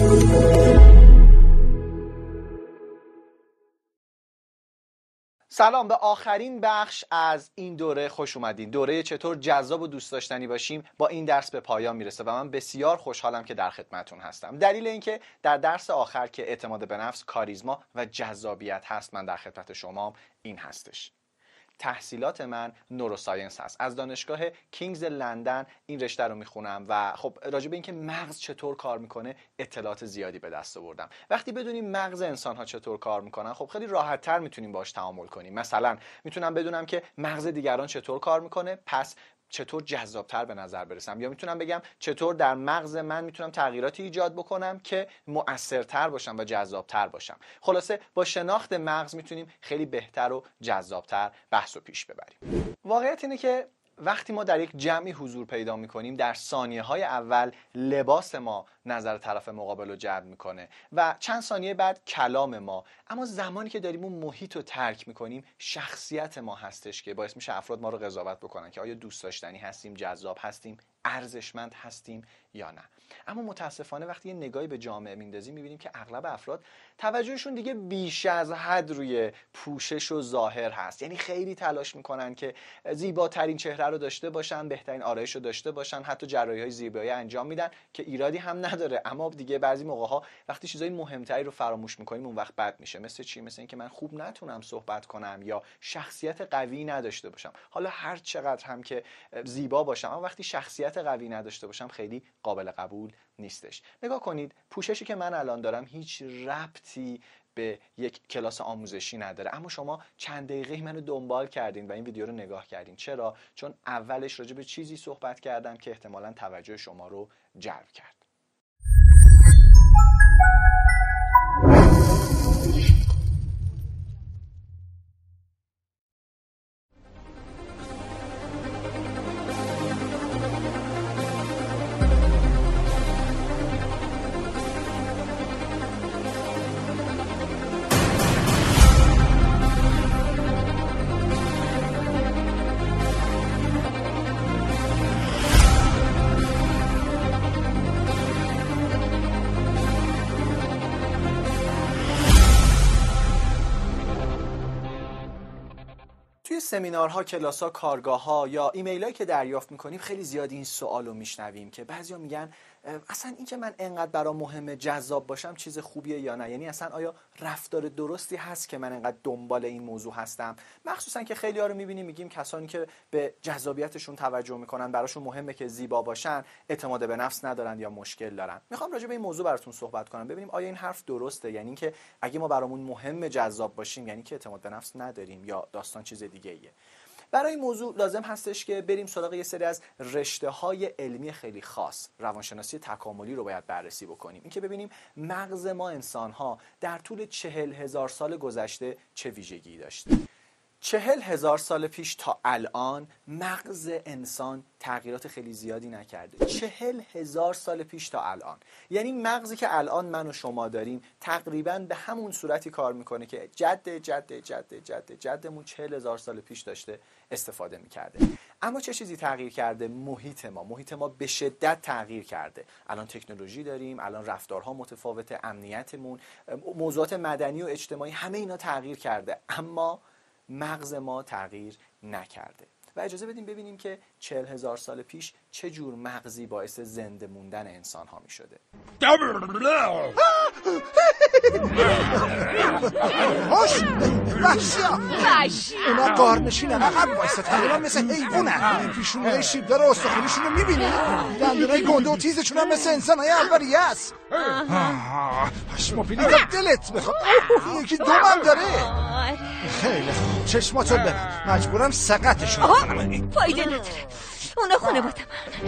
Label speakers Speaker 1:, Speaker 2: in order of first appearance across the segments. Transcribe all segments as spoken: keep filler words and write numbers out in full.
Speaker 1: سلام، به آخرین بخش از این دوره خوش اومدین. دوره چطور جذاب و دوست داشتنی باشیم با این درس به پایان میرسه و من بسیار خوشحالم که در خدمتتون هستم. دلیل اینکه در درس آخر که اعتماد به نفس، کاریزما و جذابیت هست من در خدمت شما این هستش. تحصیلات من نوروساینس هست. از دانشگاه کینگز لندن این رشته رو میخونم و خب راجع به اینکه مغز چطور کار میکنه اطلاعات زیادی به دست آوردم. وقتی بدونیم مغز انسان ها چطور کار میکنن خب خیلی راحت تر میتونیم باهاش تعامل کنیم. مثلا میتونم بدونم که مغز دیگران چطور کار میکنه، پس چطور جذابتر به نظر برسم، یا میتونم بگم چطور در مغز من میتونم تغییراتی ایجاد بکنم که مؤثرتر باشم و جذابتر باشم. خلاصه با شناخت مغز میتونیم خیلی بهتر و جذابتر بحث رو پیش ببریم. واقعیت اینه که وقتی ما در یک جمعی حضور پیدا میکنیم در ثانیه های اول لباس ما نظر طرف مقابل رو جلب میکنه و چند ثانیه بعد کلام ما، اما زمانی که داریم اون محیط رو ترک میکنیم شخصیت ما هستش که باعث میشه افراد ما رو قضاوت بکنن که آیا دوست داشتنی هستیم، جذاب هستیم، ارزشمند هستیم یا نه. اما متاسفانه وقتی یه نگاهی به جامعه میندازیم میبینیم که اغلب افراد توجهشون دیگه بیش از حد روی پوشش و ظاهر هست. یعنی خیلی تلاش میکنن که زیباترین چهره رو داشته باشن، بهترین آرایش رو داشته باشن، حتی جراحی‌های زیبایی انجام میدن که ایرادی هم نداره، اما دیگه بعضی موقع‌ها وقتی چیزای مهمتری رو فراموش میکنیم اون وقت بد میشه. مثل چی؟ مثل اینکه من خوب نتونم صحبت کنم یا شخصیت قوی نداشته باشم. حالا هر چقدر هم که زیبا باشم اما وقتی شخصیت قوی نداشته باشم خیلی قابل قبول نیستش. نگاه کنید، پوششی که من الان دارم هیچ ربطی به یک کلاس آموزشی نداره، اما شما چند دقیقه منو دنبال کردین و این ویدیو رو نگاه کردین. چرا؟ چون اولش راجع به چیزی صحبت کردم که احتمالاً توجه شما رو جلب کرد. توی سمینارها، کلاس‌ها، کارگاه‌ها یا ایمیلایی که دریافت می‌کنیم خیلی زیاد این سوالو میشنویم که بعضیا میگن اصلا این که من انقدر برام مهمه جذاب باشم چیز خوبیه یا نه؟ یعنی اصلا آیا رفتار درستی هست که من انقدر دنبال این موضوع هستم؟ مخصوصا که خیلی‌ها رو می‌بینیم میگیم کسانی که به جذابیتشون توجه می‌کنن، براشون مهمه که زیبا باشن، اعتماد به نفس ندارن یا مشکل دارن. می‌خوام راجع به این موضوع براتون صحبت کنم ببینیم آیا این حرف درسته؟ یعنی اینکه اگه ما برامون مهمه جذاب باشیم یعنی که اعتماد به نفس نداریم یا داستان چیز دیگه‌ایه؟ برای این موضوع لازم هستش که بریم سراغ یه سری از رشته‌های علمی خیلی خاص. روانشناسی تکاملی رو باید بررسی بکنیم، اینکه ببینیم مغز ما انسان‌ها در طول چهل هزار سال گذشته چه ویژگی داشته. چهل هزار سال پیش تا الان مغز انسان تغییرات خیلی زیادی نکرده. چهل هزار سال پیش تا الان، یعنی مغزی که الان من و شما داریم تقریباً به همون صورتی کار میکنه که جد جد جد جد جدمون چهل هزار سال پیش داشته استفاده میکرده. اما چه چیزی تغییر کرده؟ محیط ما. محیط ما به شدت تغییر کرده. الان تکنولوژی داریم، الان رفتارها متفاوته، امنیتمون، موضوعات مدنی و اجتماعی، همه اینا تغییر کرده، اما مغز ما تغییر نکرده. و اجازه بدیم ببینیم که چهل هزار سال پیش چه جور مغزی باعث زنده موندن انسان ها می شده.
Speaker 2: هوش! وحشیا!
Speaker 3: وحشیا!
Speaker 2: اونا قارنشینن، عقب وایسته، تقریبا مثل حیوانن. پیشونی‌های شیبدار و استخونیشون رو می‌بینی؟ دندونای گنده و تیزشون هم مثل انسان‌های اولیه است. پشماپیلی تا دلت بخواد. یکی دومم داره. خیلی خوب، چشماتو ببند. مجبورم سقطشون کنم.
Speaker 3: فایده نداره، اونا خانواده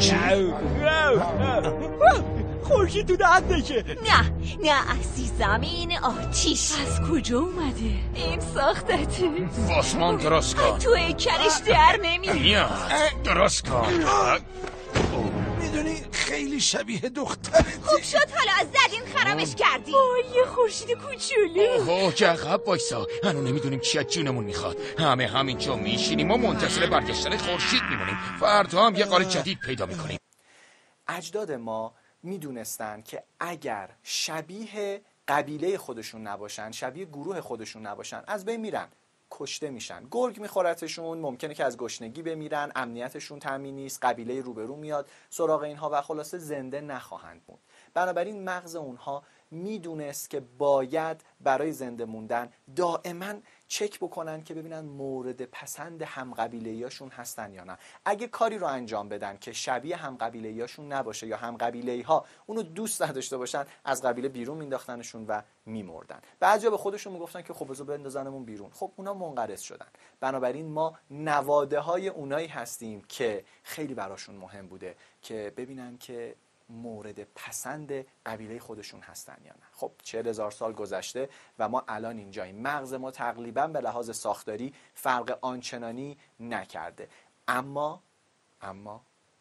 Speaker 3: من.
Speaker 4: خورشید تو دهنشه.
Speaker 3: نه نه عزیزم، این آتیش
Speaker 4: از کجا اومده؟
Speaker 3: این ساختته.
Speaker 5: واسمان درست کن.
Speaker 3: تو ایکرش در نمیاد.
Speaker 5: درست کن.
Speaker 2: میدونی خیلی شبیه دخترتی.
Speaker 3: خوب شد حالا از زدین خرابش کردی.
Speaker 4: آه یه خورشید کوچولو.
Speaker 5: اوه جقب بایسا، هنو نمیدونیم چی از جونمون میخواد. همه همینجا میشینیم و منتظر برگشتن خورشید میمونیم. فردا هم یه قاره جدید پیدا میکنیم.
Speaker 1: اجداد ما میدونستن که اگر شبیه قبیله خودشون نباشن، شبیه گروه خودشون نباشن، از بین میرن، کشته میشن، گرگ میخورتشون، ممکنه که از گشنگی بمیرن، امنیتشون تامین نیست، قبیله روبرو میاد سراغ اینها و خلاصه زنده نخواهند موند. بنابراین مغز اونها میدونست که باید برای زنده موندن دائما چک بکنن که ببینن مورد پسند همقبیله‌ایاشون هستن یا نه. اگه کاری رو انجام بدن که شبیه همقبیله‌ایاشون نباشه یا همقبیله‌ای‌ها اونو دوست نداشته باشن، از قبیله بیرون مینداختنشون و میمردن. بعضیا به خودشون میگفتن که خب بذار بندازنمون بیرون. خب اونا منقرض شدن. بنابراین ما نواده‌های اونایی هستیم که خیلی براشون مهم بوده که ببینن که مورد پسند قبیله خودشون هستن یا نه. خب چهل هزار سال گذشته و ما الان اینجاییم. مغز ما تقریبا به لحاظ ساختاری فرق آنچنانی نکرده، اما اما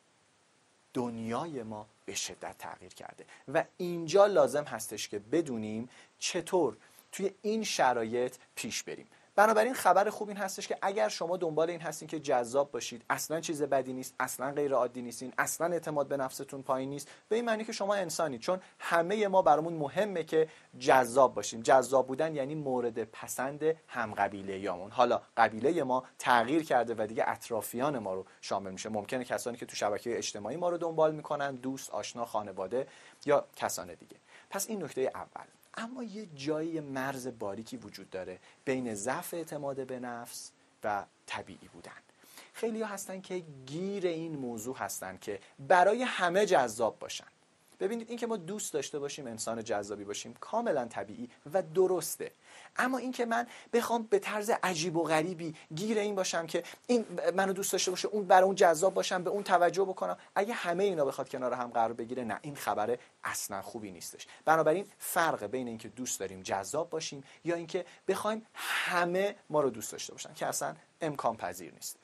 Speaker 1: دنیای ما به شدت تغییر کرده و اینجا لازم هستش که بدونیم چطور توی این شرایط پیش بریم. بنابراین خبر خوب این هستش که اگر شما دنبال این هستین که جذاب باشید، اصلا چیز بدی نیست، اصلا غیر عادی نیستین، اصلا اعتماد به نفستون پایین نیست، به این معنی که شما انسانی، چون همه ما برامون مهمه که جذاب باشیم. جذاب بودن یعنی مورد پسند همقبیله‌یامون. حالا قبیله ما تغییر کرده و دیگه اطرافیان ما رو شامل میشه. ممکنه کسانی که تو شبکه اجتماعی ما رو دنبال میکنن، دوست، آشنا، خانواده یا کسان دیگه. پس این نکته اول. اما یه جایی مرز باریکی وجود داره بین ضعف اعتماد به نفس و طبیعی بودن. خیلی ها هستن که گیر این موضوع هستن که برای همه جذاب باشن. ببینید این که ما دوست داشته باشیم، انسان جذابی باشیم، کاملا طبیعی و درسته. اما این که من بخوام به طرز عجیب و غریبی گیر این باشم که این منو دوست داشته باشه، اون برای اون جذاب باشم، به اون توجه بکنم، اگه همه اینا بخواد کنار هم قرار بگیره، نه، این خبر اصلا خوبی نیستش. بنابراین فرق بین اینکه دوست داریم جذاب باشیم یا اینکه بخوایم همه ما رو دوست داشته باشن که اصلا امکان پذیر نیست.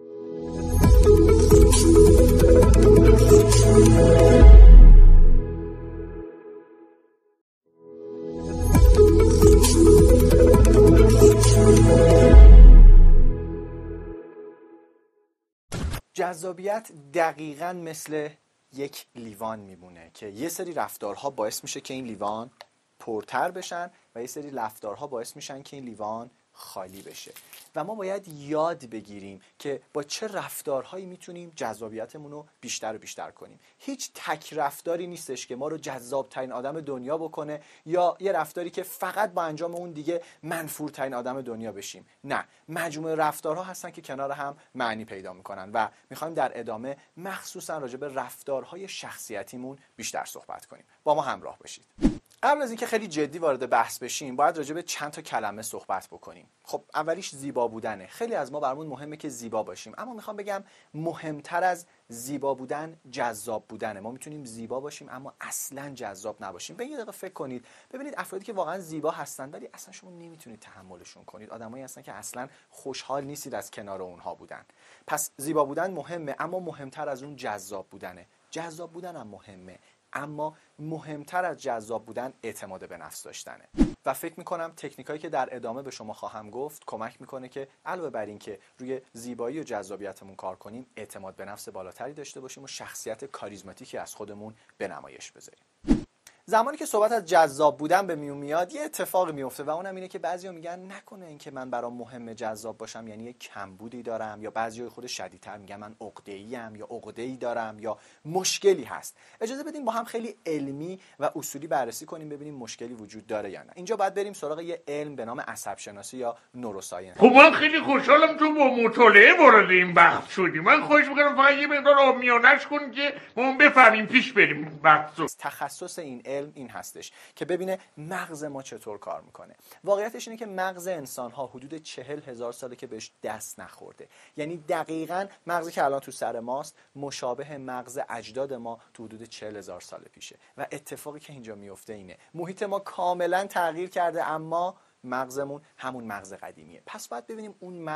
Speaker 1: جذابیت دقیقاً مثل یک لیوان میمونه که یه سری رفتارها باعث میشه که این لیوان پرتر بشن و یه سری رفتارها باعث میشن که این لیوان خالی بشه و ما باید یاد بگیریم که با چه رفتارهایی میتونیم جذابیتمون رو بیشتر و بیشتر کنیم. هیچ تک رفتاری نیستش که ما رو جذاب ترین آدم دنیا بکنه یا یه رفتاری که فقط با انجام اون دیگه منفورترین آدم دنیا بشیم. نه، مجموعه رفتارها هستن که کنار هم معنی پیدا میکنن و میخوایم در ادامه مخصوصا راجع به رفتارهای شخصیتیمون بیشتر صحبت کنیم. با ما همراه باشید. قبل از اینکه خیلی جدی وارد بحث بشیم، باید راجع به چند تا کلمه صحبت بکنیم. خب اولیش زیبا بودنه. خیلی از ما برامون مهمه که زیبا باشیم، اما میخوام بگم مهمتر از زیبا بودن جذاب بودنه. ما میتونیم زیبا باشیم اما اصلا جذاب نباشیم. به یه دقیقه فکر کنید، ببینید افرادی که واقعا زیبا هستن ولی اصلا شما نمیتونید تحملشون کنید، آدمایی هستن که اصلا خوشحال نیستید از کنار اونها بودن. پس زیبا بودن مهمه، اما مهمتر از اون جذاب بودنه. جذاب بودن هم مهمه، اما مهمتر از جذاب بودن اعتماد به نفس داشتنه. و فکر میکنم تکنیکایی که در ادامه به شما خواهم گفت کمک میکنه که علاوه بر این که روی زیبایی و جذابیتمون کار کنیم، اعتماد به نفس بالاتری داشته باشیم و شخصیت کاریزماتیکی از خودمون به نمایش بذاریم. زمانی که صحبت از جذاب بودن به میون میاد، یه اتفاقی میفته و اونم اینه که بعضیا میگن نکنه اینکه من برام مهمه جذاب باشم یعنی یه کمبودی دارم، یا بعضیا خود شدیدتر میگن من عقده‌ای ام یا عقده‌ای دارم یا مشکلی هست. اجازه بدیم با هم خیلی علمی و اصولی بررسی کنیم ببینیم مشکلی وجود داره یا نه. اینجا باید بریم سراغ یه علم به نام عصب شناسی یا نوروساینس.
Speaker 6: خب من خیلی خوشحالم تو با مطالعه وارد این بحث شدی. من خواهش می‌کنم فقط یه مقدار آبمیانش کن که ما بفهمیم پیش بریم بحثو.
Speaker 1: تخصص این علم این هستش که ببینه مغز ما چطور کار میکنه. واقعیتش اینه که مغز انسان ها حدود چهل هزار ساله که بهش دست نخورده. یعنی دقیقاً مغزی که الان تو سر ماست مشابه مغز اجداد ما تو حدود چهل هزار سال پیشه و اتفاقی که اینجا میفته اینه محیط ما کاملا تغییر کرده اما مغزمون همون مغز قدیمیه. پس باید ببینیم اون مغز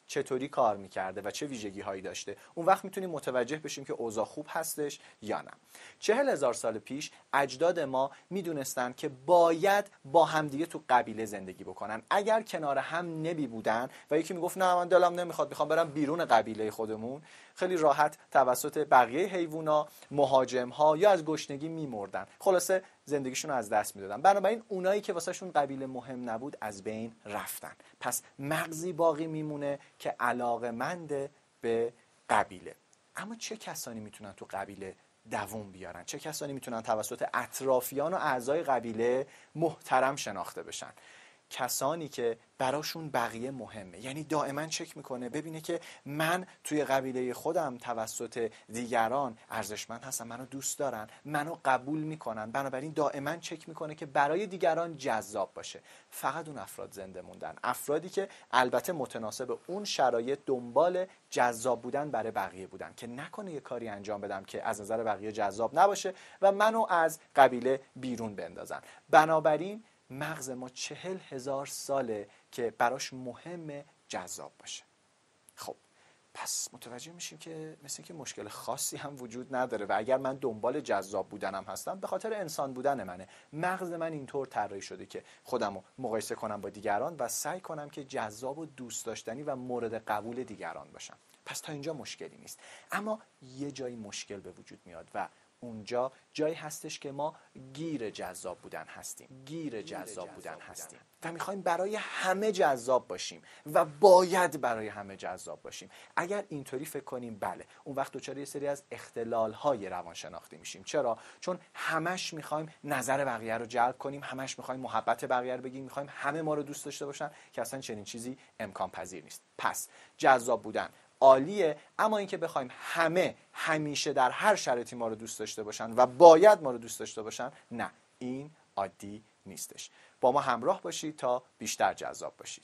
Speaker 1: چطوری کار میکرده و چه ویژگی هایی داشته، اون وقت میتونیم متوجه بشیم که اوضاع خوب هستش یا نه. چهل هزار سال پیش اجداد ما میدونستن که باید با همدیگه تو قبیله زندگی بکنن. اگر کنار هم نمی بودن و یکی میگفت نه من دلم نمیخواد میخوام برم بیرون قبیله خودمون، خیلی راحت توسط بقیه حیوونا، مهاجم ها یا از گشنگی میمردن. خلاصه زندگیشون رو از دست میدادن. بنابراین اونایی که واسهشون قبیله مهم نبود از بین رفتن. پس مغزی باقی میمونه که علاقه‌مند به قبیله. اما چه کسانی میتونن تو قبیله دوام بیارن؟ چه کسانی میتونن توسط اطرافیان و اعضای قبیله محترم شناخته بشن؟ کسانی که براشون بقیه مهمه، یعنی دائما چک میکنه ببینه که من توی قبیله خودم توسط دیگران ارزشمند هستم، منو دوست دارن، منو قبول میکنن، بنابراین دائما چک میکنه که برای دیگران جذاب باشه. فقط اون افراد زنده موندن، افرادی که البته متناسب اون شرایط دنبال جذاب بودن برای بقیه بودن که نکنه یه کاری انجام بدم که از نظر بقیه جذاب نباشه و منو از قبیله بیرون بندازن. بنابراین مغز ما چهل هزار ساله که براش مهمه جذاب باشه. خب پس متوجه میشیم که مثل که مشکل خاصی هم وجود نداره و اگر من دنبال جذاب بودنم هستم به خاطر انسان بودن منه. مغز من اینطور طراحی شده که خودم رو مقایسه کنم با دیگران و سعی کنم که جذاب و دوست داشتنی و مورد قبول دیگران باشم. پس تا اینجا مشکلی نیست. اما یه جایی مشکل به وجود میاد و اونجا جایی هستش که ما گیر جذاب بودن هستیم گیر جذاب بودن هستیم و میخوایم برای همه جذاب باشیم و باید برای همه جذاب باشیم. اگر اینطوری فکر کنیم بله، اون وقت دچار یه سری از اختلال‌های روانشناختی میشیم. چرا؟ چون همش میخوایم نظر بقیه رو جلب کنیم، همش میخوایم محبت بقیه رو بگیم، میخوایم همه ما رو دوست داشته باشن که اصلا چنین چیزی امکان پذیر نیست. پس جذاب بودن عالیه، اما اینکه بخوایم همه همیشه در هر شرایطی ما رو دوست داشته باشن و باید ما رو دوست داشته باشن، نه، این عادی نیستش. با ما همراه باشید تا بیشتر جذاب باشید.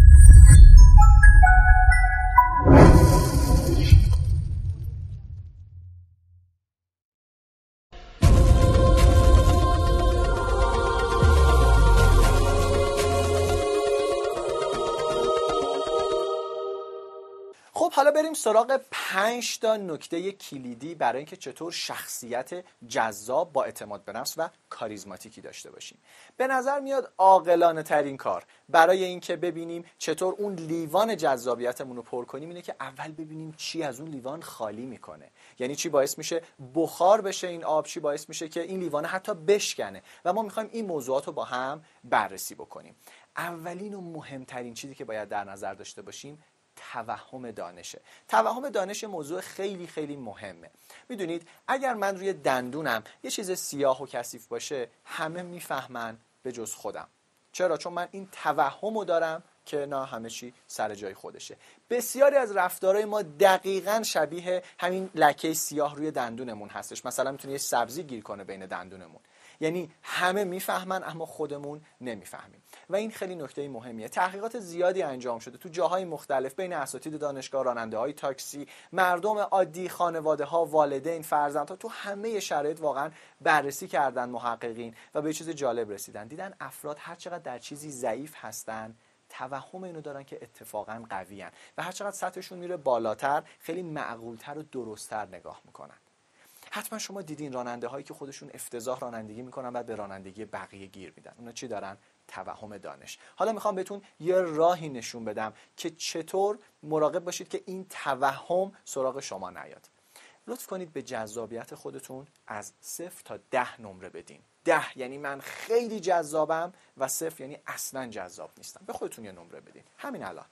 Speaker 1: خب حالا بریم سراغ پنج تا نکته کلیدی برای اینکه چطور شخصیت جذاب با اعتماد به نفس و کاریزماتیکی داشته باشیم. به نظر میاد عاقلانه ترین کار برای اینکه ببینیم چطور اون لیوان جذابیتمون رو پر کنیم اینه که اول ببینیم چی از اون لیوان خالی میکنه. یعنی چی باعث میشه بخار بشه این آب، چی باعث میشه که این لیوان حتی بشکنه و ما میخوایم این موضوعات رو با هم بررسی بکنیم. اولین و مهمترین چیزی که باید در نظر داشته باشیم توهم دانشه. توهم دانش موضوع خیلی خیلی مهمه. میدونید اگر من روی دندونم یه چیز سیاه و کثیف باشه همه میفهمن به جز خودم. چرا؟ چون من این توهمو دارم که نه همه چی سر جای خودشه. بسیاری از رفتارهای ما دقیقاً شبیه همین لکه سیاه روی دندونمون هستش. مثلا میتونه یه سبزی گیر کنه بین دندونمون، یعنی همه میفهمن اما خودمون نمیفهمیم و این خیلی نکته مهمیه. تحقیقات زیادی انجام شده تو جاهای مختلف بین اساتید دانشگاه، راننده‌های تاکسی، مردم عادی، خانواده‌ها، والدین، فرزندها، تو همه شرایط واقعا بررسی کردن محققین و به چیز جالب رسیدن. دیدن افراد هر چقدر در چیزی ضعیف هستن توهم اینو دارن که اتفاقا قویان و هر چقدر سطحشون میره بالاتر خیلی معقول‌تر و درست‌تر نگاه میکنن. حتما شما دیدین راننده هایی که خودشون افتضاح رانندگی میکنن و به رانندگی بقیه گیر میدن. اونا چی دارن؟ توهم دانش. حالا میخوام بهتون یه راهی نشون بدم که چطور مراقب باشید که این توهم سراغ شما نیاد. لطف کنید به جذابیت خودتون از صفر تا ده نمره بدین. ده یعنی من خیلی جذابم و صفر یعنی اصلا جذاب نیستم. به خودتون یه نمره بدین همین الان.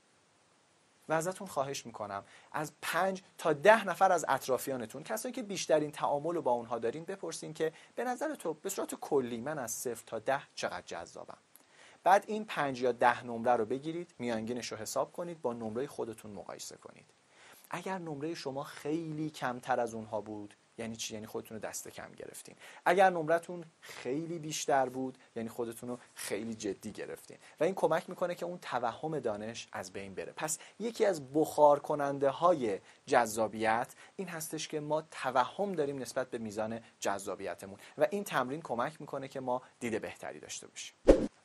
Speaker 1: و ازتون خواهش میکنم از پنج تا ده نفر از اطرافیانتون، کسایی که بیشترین تعامل رو با اونها دارین، بپرسین که به نظر تو به صورت کلی من از صفر تا ده چقدر جذابم. بعد این پنج یا ده نمره رو بگیرید، میانگینش رو حساب کنید، با نمره خودتون مقایسه کنید. اگر نمره شما خیلی کمتر از اونها بود یعنی چی؟ یعنی خودتون رو دست کم گرفتین. اگر نمرتون خیلی بیشتر بود یعنی خودتون رو خیلی جدی گرفتین و این کمک میکنه که اون توهم دانش از بین بره. پس یکی از بخار کننده های جذابیت این هستش که ما توهم داریم نسبت به میزان جذابیتمون و این تمرین کمک میکنه که ما دید بهتری داشته باشیم.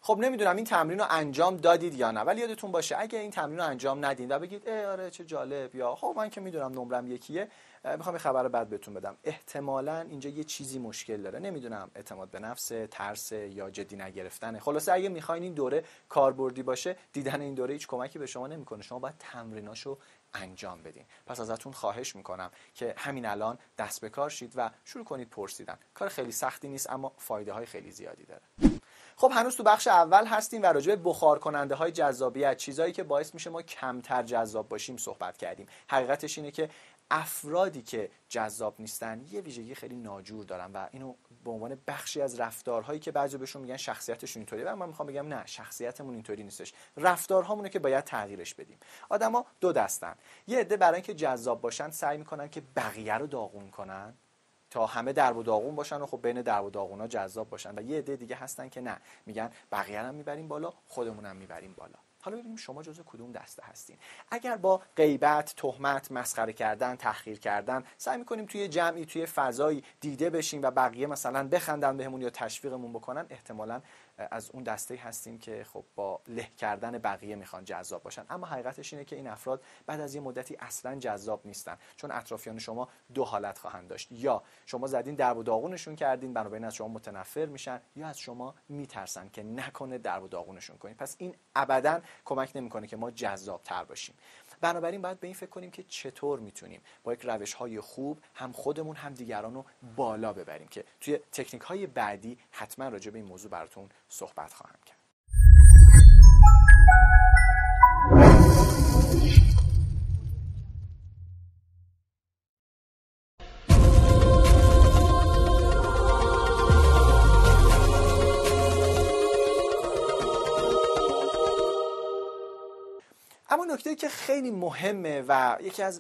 Speaker 1: خب نمیدونم این تمرین رو انجام دادید یا نه، ولی یادتون باشه اگه این تمرین رو انجام ندید و بگید ای آره چه جالب، یا خب من که میدونم نمرم یکیه، میخوام یه خبر بد بهتون بدم، احتمالاً اینجا یه چیزی مشکل داره. نمیدونم اعتماد به نفس، ترس یا جدی نگرفتنه. خلاصه اگه میخواین این دوره کاربردی باشه، دیدن این دوره هیچ کمکی به شما نمیکنه. شما باید تمریناشو انجام بدین. پس ازتون خواهش میکنم که همین الان دست به کار شید و شروع کنید پرسیدن. کار خیلی سختی نیست اما فایده های خیلی زیادی داره. خب هنوز تو بخش اول هستیم و راجع به بخار کننده های جذابیت، چیزایی که باعث میشه ما کمتر جذاب باشیم صحبت کردیم. حقیقتش اینه که افرادی که جذاب نیستن یه ویژگی خیلی ناجور دارن و اینو به عنوان بخشی از رفتارهایی که بعضی بهشون میگن شخصیتشون اینطوریه، و من میخوام بگم نه، شخصیتمون اینطوری نیستش، رفتارهامونه که باید تغییرش بدیم. آدما دو دستن، یه عده برای اینکه جذاب باشن سعی میکنن که بقیه رو داغون کنن تا همه درب و داغون باشن و خب بین درب و داغونا جذاب باشن، و یه عده دیگه هستن که نه، میگن بقیه رو میبریم بالا، خودمون هم میبریم بالا. حالا ببینیم شما جزو کدوم دسته هستین. اگر با غیبت، تهمت، مسخره کردن، تحقیر کردن سعی میکنیم توی جمعی، توی فضایی دیده بشیم و بقیه مثلا بخندن بهمون یا تشویقمون بکنن، احتمالاً از اون دسته هستیم که خب با له کردن بقیه میخوان جذاب باشن. اما حقیقتش اینه که این افراد بعد از یه مدتی اصلا جذاب نیستن، چون اطرافیان شما دو حالت خواهند داشت: یا شما زدین درب و داغونشون کردین بنابراین از شما متنفر میشن، یا از شما میترسن که نکنه درب و داغونشون کنین. پس این ابداً کمک نمیکنه که ما جذاب تر باشیم. بنابراین باید به این فکر کنیم که چطور میتونیم با یک روش‌های خوب هم خودمون هم دیگران رو بالا ببریم، که توی تکنیک‌های بعدی حتما راجع به این موضوع براتون صحبت خواهم کرد. اما نکته که خیلی مهمه و یکی از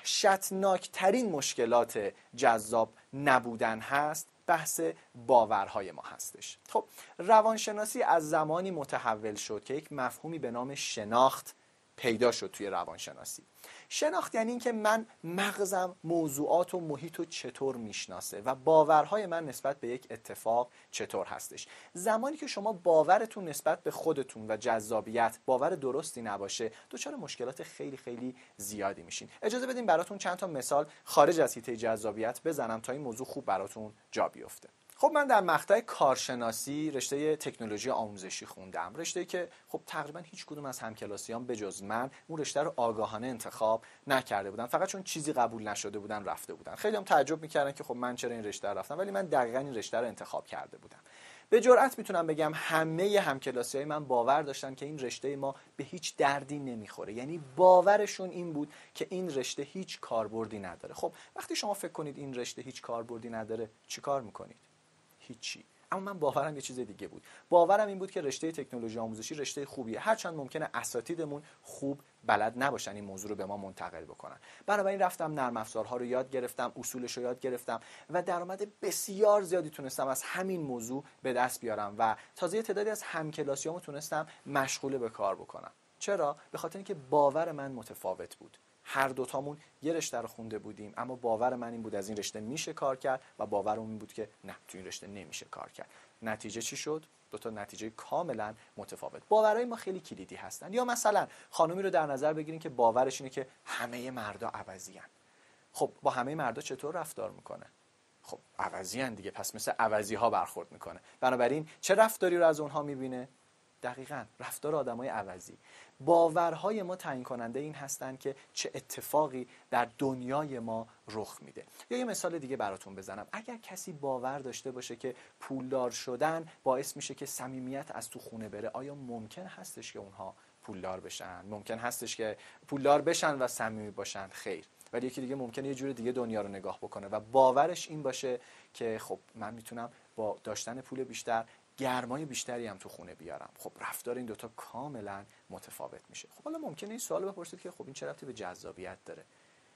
Speaker 1: وحشتناکترین مشکلات جذاب نبودن هست، بحث باورهای ما هستش. خب روانشناسی از زمانی متحول شد که یک مفهومی به نام شناخت پیدا شد توی روانشناسی. شناخت یعنی این که من مغزم موضوعات و محیط رو چطور میشناسه و باورهای من نسبت به یک اتفاق چطور هستش. زمانی که شما باورتون نسبت به خودتون و جذابیت باور درستی نباشه، دچار مشکلات خیلی خیلی زیادی میشین. اجازه بدین براتون چند تا مثال خارج از حیطه جذابیت بزنم تا این موضوع خوب براتون جا بیفته. خب من در مقطع کارشناسی رشته تکنولوژی آموزشی خوندم، رشته‌ای که خب تقریبا هیچ کدوم از همکلاسیام به جز من اون رشته رو آگاهانه انتخاب نکرده بودن، فقط چون چیزی قبول نشده بودن رفته بودن. خیلی هم تعجب می‌کردن که خب من چرا این رشته رو رفتم، ولی من دقیقاً این رشته رو انتخاب کرده بودم. به جرئت میتونم بگم همه همکلاسیای من باور داشتن که این رشته ما به هیچ دردی نمیخوره، یعنی باورشون این بود که این رشته هیچ کاربردی نداره. خب وقتی شما فکر کنید این رشته هیچ کاربردی نداره، چیکار میکنید؟ هیچی. اما من باورم یه چیز دیگه بود. باورم این بود که رشته تکنولوژی آموزشی رشته خوبیه، هرچند ممکنه اساتیدمون خوب بلد نباشن این موضوع رو به ما منتقل بکنن. بنابراین رفتم نرم افزارها رو یاد گرفتم، اصولش رو یاد گرفتم و درآمد بسیار زیادی تونستم از همین موضوع به دست بیارم و تازه تعدادی از همکلاسیامو تونستم مشغول به کار بکنم. چرا؟ به خاطر اینکه باور من متفاوت بود. هر دوتامون یه رشته رو خونده بودیم، اما باور من این بود از این رشته میشه کار کرد و باورم این بود که نه، تو این رشته نمیشه کار کرد. نتیجه چی شد؟ دو تا نتیجه کاملا متفاوت. باورهای ما خیلی کلیدی هستن. یا مثلا خانومی رو در نظر بگیرین که باورش اینه که همه مردا عوضی‌ان. خب با همه مردا چطور رفتار میکنه؟ خب عوضی‌ان دیگه، پس مثل عوضی‌ها برخورد میکنه. بنابراین چه رفتاری رو از اونها میبینه؟ دقیقاً رفتار آدمای عوضی. باورهای ما تعیین کننده این هستن که چه اتفاقی در دنیای ما رخ میده. یا یه مثال دیگه براتون بزنم. اگر کسی باور داشته باشه که پولدار شدن باعث میشه که صمیمیت از تو خونه بره، آیا ممکن هستش که اونها پولدار بشن؟ ممکن هستش که پولدار بشن و صمیمی باشن؟ خیر. ولی یکی دیگه ممکنه یه جور دیگه دنیا رو نگاه بکنه و باورش این باشه که خب من میتونم با داشتن پول بیشتر گرمای بیشتری هم تو خونه بیارم. خب رفتار این دوتا کاملا متفاوت میشه. خب حالا ممکنه این سوال بپرسید که خب این چه ربطی به جذابیت داره؟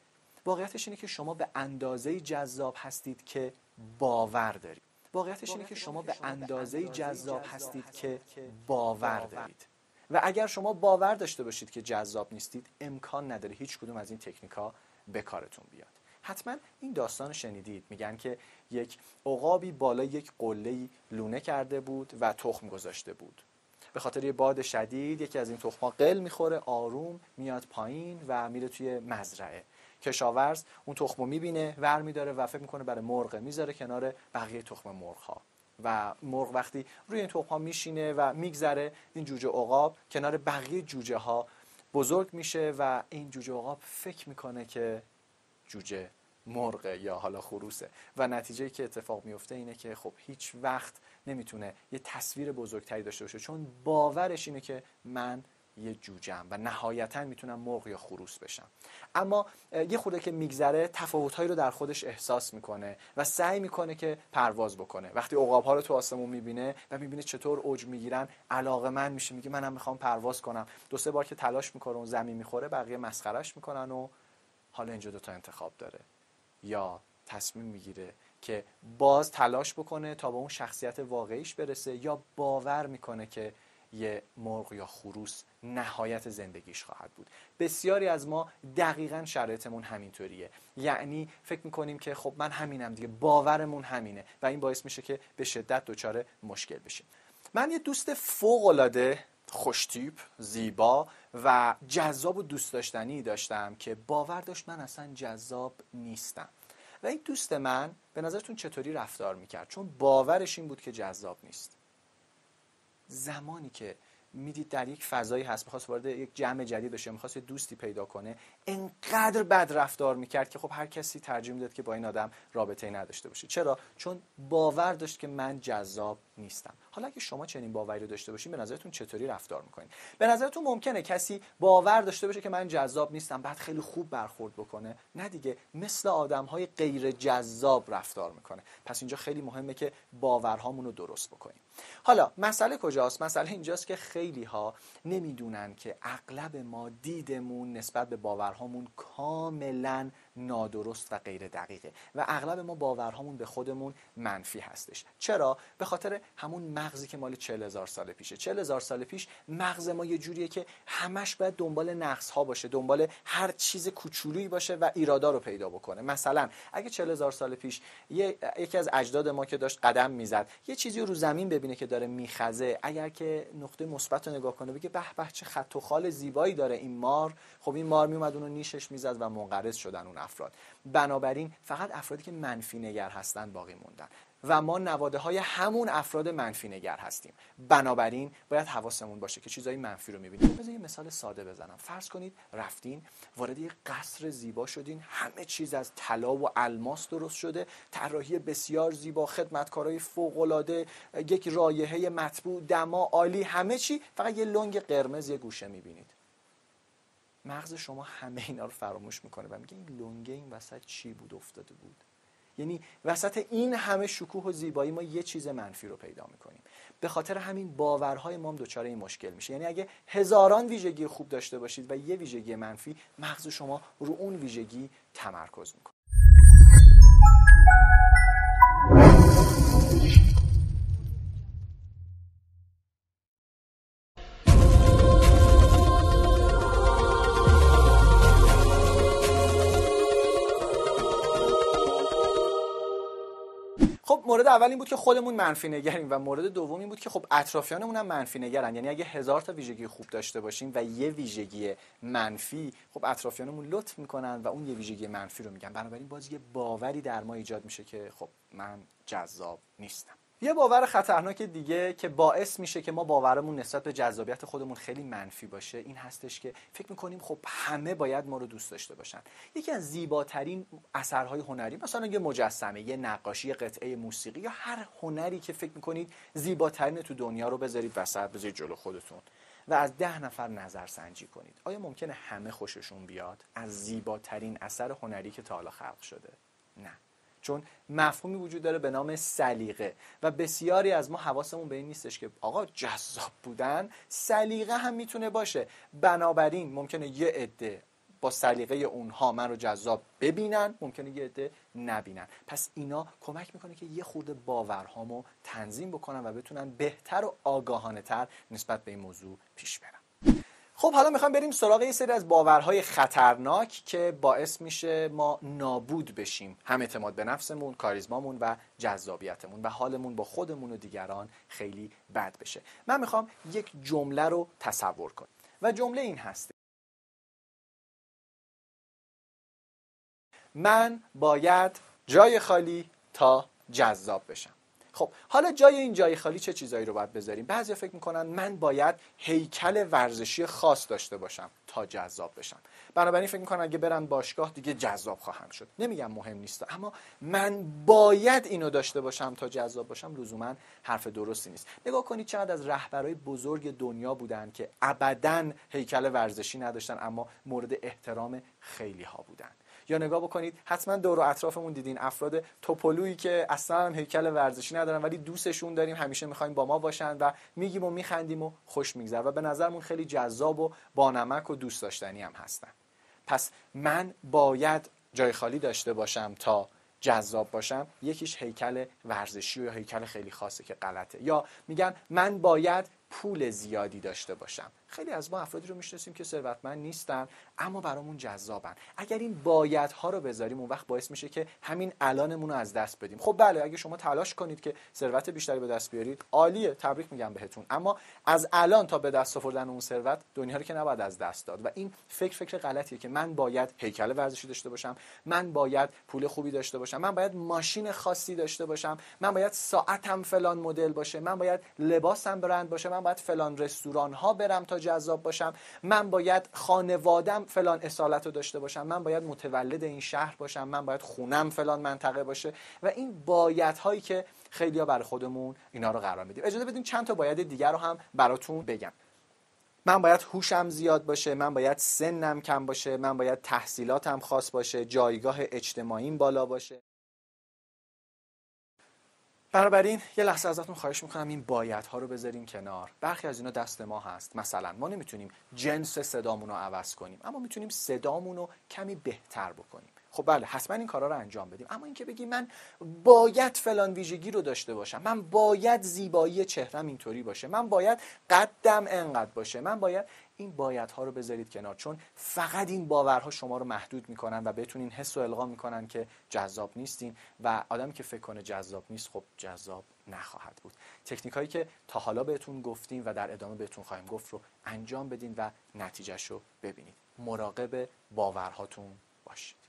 Speaker 1: واقعیتش اینه که شما به اندازه‌ای جذاب هستید که باور دارید. واقعیتش اینه که شما به اندازه‌ای جذاب هستید که باور دارید. و اگر شما باور داشته باشید که جذاب نیستید، امکان نداره هیچ کدوم از این تکنیک‌ها به کارتون بیاد. حتما این داستان شنیدید، میگن که یک عقابی بالای یک قله‌ای لونه کرده بود و تخم گذاشته بود. به خاطر یه باد شدید یکی از این تخم‌ها قل میخوره، آروم میاد پایین و میره توی مزرعه. کشاورز اون تخمو میبینه، ور میداره و فکر میکنه برای مرغ، میذاره کنار بقیه تخم مرغ‌ها و مرغ وقتی روی این تخم‌ها میشینه و میگذره، این جوجه عقاب کنار بقیه جوجه ها بزرگ میشه و این جوجه عقاب فکر میکنه که جوجه مرغه یا حالا خروسه و نتیجه‌ای که اتفاق میفته اینه که خب هیچ وقت نمیتونه یه تصویر بزرگتری داشته باشه، چون باورش اینه که من یه جوجه‌ام و نهایتاً میتونم مرغ یا خروس بشم. اما یه خورده که میگذره تفاوت‌هایی رو در خودش احساس میکنه و سعی میکنه که پرواز بکنه. وقتی عقاب‌ها رو تو آسمون میبینه و میبینه چطور اوج میگیرن، علاقه‌مند میشه، میگه منم میخوام پرواز کنم. دو سه بار که تلاش میکنه اون زمین میخوره، بقیه مسخرهش میکنن و حالا اینجا دو تا انتخاب داره. یا تصمیم میگیره که باز تلاش بکنه تا به اون شخصیت واقعیش برسه، یا باور میکنه که یه مرغ یا خروس نهایت زندگیش خواهد بود. بسیاری از ما دقیقاً شرایطمون همینطوریه، یعنی فکر میکنیم که خب من همینم دیگه، باورمون همینه و این باعث میشه که به شدت دچار مشکل بشیم. من یه دوست فوق‌العاده خوشتیپ، زیبا و جذاب و دوست داشتنی داشتم که باور داشت من اصلا جذاب نیستم و این دوست من به نظرتون چطوری رفتار میکرد؟ چون باورش این بود که جذاب نیست. زمانی که میدید در یک فضایی هست میخواست وارد یک جمع جدید بشه، میخواست یه دوستی پیدا کنه، انقدر بد رفتار میکرد که خب هر کسی ترجیح میداد که با این آدم رابطه‌ای نداشته باشه. چرا؟ چون باور داشت که من جذاب نیستم. حالا اگه شما چنین باوری رو داشته باشین، به نظرتون چطوری رفتار میکنین؟ به نظرتون ممکنه کسی باور داشته باشه که من جذاب نیستم بعد خیلی خوب برخورد بکنه؟ نه دیگه، مثل آدم‌های غیر جذاب رفتار میکنه. پس اینجا خیلی مهمه که باورهامون رو درست بکنیم. حالا مسئله کجاست؟ مسئله اینجاست که خیلی ها نمیدونن که اغلب ما دیدمون نسبت به باورهامون کاملا نادرست و غیر دقیقه و اغلب ما باورهامون به خودمون منفی هستش. چرا؟ به خاطر همون مغزی که مال چهل هزار سال پیشه. چهل هزار سال پیش مغز ما یه جوریه که همش باید دنبال نقص ها باشه، دنبال هر چیز کوچولویی باشه و ایرادا رو پیدا بکنه. مثلا اگه چهل هزار سال پیش یکی از اجداد ما که داشت قدم میزد یه چیزی رو زمین ببینه که داره میخزه، اگر که نقطه مثبت رو نگاه کنه بگه به به چه خط و خال زیبایی داره این مار، خب این مار میومد اونو نیشش میزد و منقرض شدن اون افراد. بنابراین فقط افرادی که منفی نگر هستن باقی موندن و ما نواده های همون افراد منفی نگر هستیم. بنابراین باید حواسمون باشه که چیزای منفی رو میبینیم. بذار یه مثال ساده بزنم. فرض کنید رفتین وارد یه قصر زیبا شدین، همه چیز از طلا و الماس درست شده، طراحی بسیار زیبا، خدمتکارای فوق العاده، یک رایحه مطبوع، دما عالی، همه چی، فقط یه لنگ قرمز یه گوشه میبینید. مغز شما همه اینا رو فراموش میکنه و میگه این لنگه این وسط چی بود افتاده بود؟ یعنی وسط این همه شکوه و زیبایی ما یه چیز منفی رو پیدا میکنیم. به خاطر همین باورهای ما هم دچار این مشکل میشه. یعنی اگه هزاران ویژگی خوب داشته باشید و یه ویژگی منفی، مغز شما رو اون ویژگی تمرکز میکنه. خب مورد اول این بود که خودمون منفی نگریم و مورد دوم این بود که خب اطرافیانمون هم منفی نگرن. یعنی اگه هزار تا ویژگی خوب داشته باشیم و یه ویژگی منفی، خب اطرافیانمون لطف میکنن و اون یه ویژگی منفی رو میگن. بنابراین باز یه باوری در ما ایجاد میشه که خب من جذاب نیستم. یه باور خطرناک دیگه که باعث میشه که ما باورمون نسبت به جذابیت خودمون خیلی منفی باشه این هستش که فکر میکنیم خب همه باید ما رو دوست داشته باشن. یکی از زیباترین اثرهای هنری، مثلا یه مجسمه، یه نقاشی، یه قطعه موسیقی یا هر هنری که فکر میکنید زیباترین تو دنیا رو بذارید وسط، بذارید جلو خودتون و از ده نفر نظر سنجی کنید. آیا ممکنه همه خوششون بیاد از زیباترین اثر هنری که تا حالا خلق شده؟ نه. چون مفهومی وجود داره به نام سلیقه و بسیاری از ما حواسمون به این نیستش که آقا جذاب بودن سلیقه هم میتونه باشه. بنابراین ممکنه یه عده با سلیقه اونها من رو جذاب ببینن، ممکنه یه عده نبینن. پس اینا کمک میکنه که یه خورده باورهامو تنظیم بکنن و بتونن بهتر و آگاهانه تر نسبت به این موضوع پیش برن. خب حالا میخوام بریم سراغ یه سری از باورهای خطرناک که باعث میشه ما نابود بشیم، هم اعتماد به نفسمون، کاریزمامون و جذابیتمون و حالمون با خودمون و دیگران خیلی بد بشه. من میخوام یک جمله رو تصور کنم و جمله این هست: من باید جای خالی تا جذاب بشم. خب حالا جای این جای خالی چه چیزایی رو باید بذاریم؟ بعضیا فکر میکنن من باید هیکل ورزشی خاص داشته باشم تا جذاب بشم. بنابراین فکر میکنن اگه برن باشگاه دیگه جذاب خواهم شد. نمیگم مهم نیست، اما من باید اینو داشته باشم تا جذاب باشم لزوما حرف درستی نیست. نگاه کنید چقدر از رهبرای بزرگ دنیا بودن که ابداً هیکل ورزشی نداشتن اما مورد احترام خیلی ها بودن. یا نگاه بکنید حتما دور و اطرافمون دیدین افراد توپلویی که اصلا هم هیکل ورزشی ندارن ولی دوستشون داریم، همیشه میخوایم با ما باشن و میگیم و میخندیم و خوش میگذره و به نظرمون خیلی جذاب و بانمک و دوست داشتنی هم هستن. پس من باید جای خالی داشته باشم تا جذاب باشم، یکیش هیکل ورزشی یا هیکل خیلی خاصه که غلطه. یا میگن من باید پول زیادی داشته باشم. خیلی از ما افرادی رو میشناسیم که ثروتمند نیستن اما برامون جذابن. اگر این بایدها رو بذاریم اون وقت باعث میشه که همین الانمون رو از دست بدیم. خب بله، اگه شما تلاش کنید که ثروت بیشتری به دست بیارید عالیه، تبریک میگم بهتون، اما از الان تا به دست آوردن اون ثروت دنیا رو که نباید از دست داد. و این فکر فکر غلطیه که من باید هیکل ورزشی داشته باشم، من باید پول خوبی داشته باشم، من باید ماشین خاصی داشته باشم، من باید ساعتم فلان مدل باشه، من باید لباسم برند باشه، من باید فلان رستوران ها برم تا جذاب باشم، من باید خانوادم فلان اصالت رو داشته باشم، من باید متولد این شهر باشم، من باید خونم فلان منطقه باشه. و این باید هایی که خیلی‌ها برای خودمون اینا رو قرار میدیم. اجازه بدین چند تا باید دیگر رو هم براتون بگم. من باید هوشم زیاد باشه، من باید سنم کم باشه، من باید تحصیلاتم خاص باشه، جایگاه اجتماعیم بالا باشه. بنابراین یه لحظه ازتون خواهش میکنم این بایدها رو بذاریم کنار. برخی از اینا دست ما هست. مثلا ما نمیتونیم جنس صدامون رو عوض کنیم اما میتونیم صدامون رو کمی بهتر بکنیم. خب بله، حتما این کارا رو انجام بدیم، اما اینکه بگی من باید فلان ویژگی رو داشته باشم، من باید زیبایی چهرم اینطوری باشه، من باید قدم انقدر باشه، من باید، این بایدها رو بذارید کنار، چون فقط این باورها شما رو محدود میکنن و بهتون این حس رو القا میکنن که جذاب نیستین و آدمی که فکر کنه جذاب نیست خب جذاب نخواهد بود. تکنیک هایی که تا حالا بهتون گفتیم و در ادامه بهتون خواهیم گفت رو انجام بدین و نتیجهش رو ببینید. مراقب باورهاتون باشید.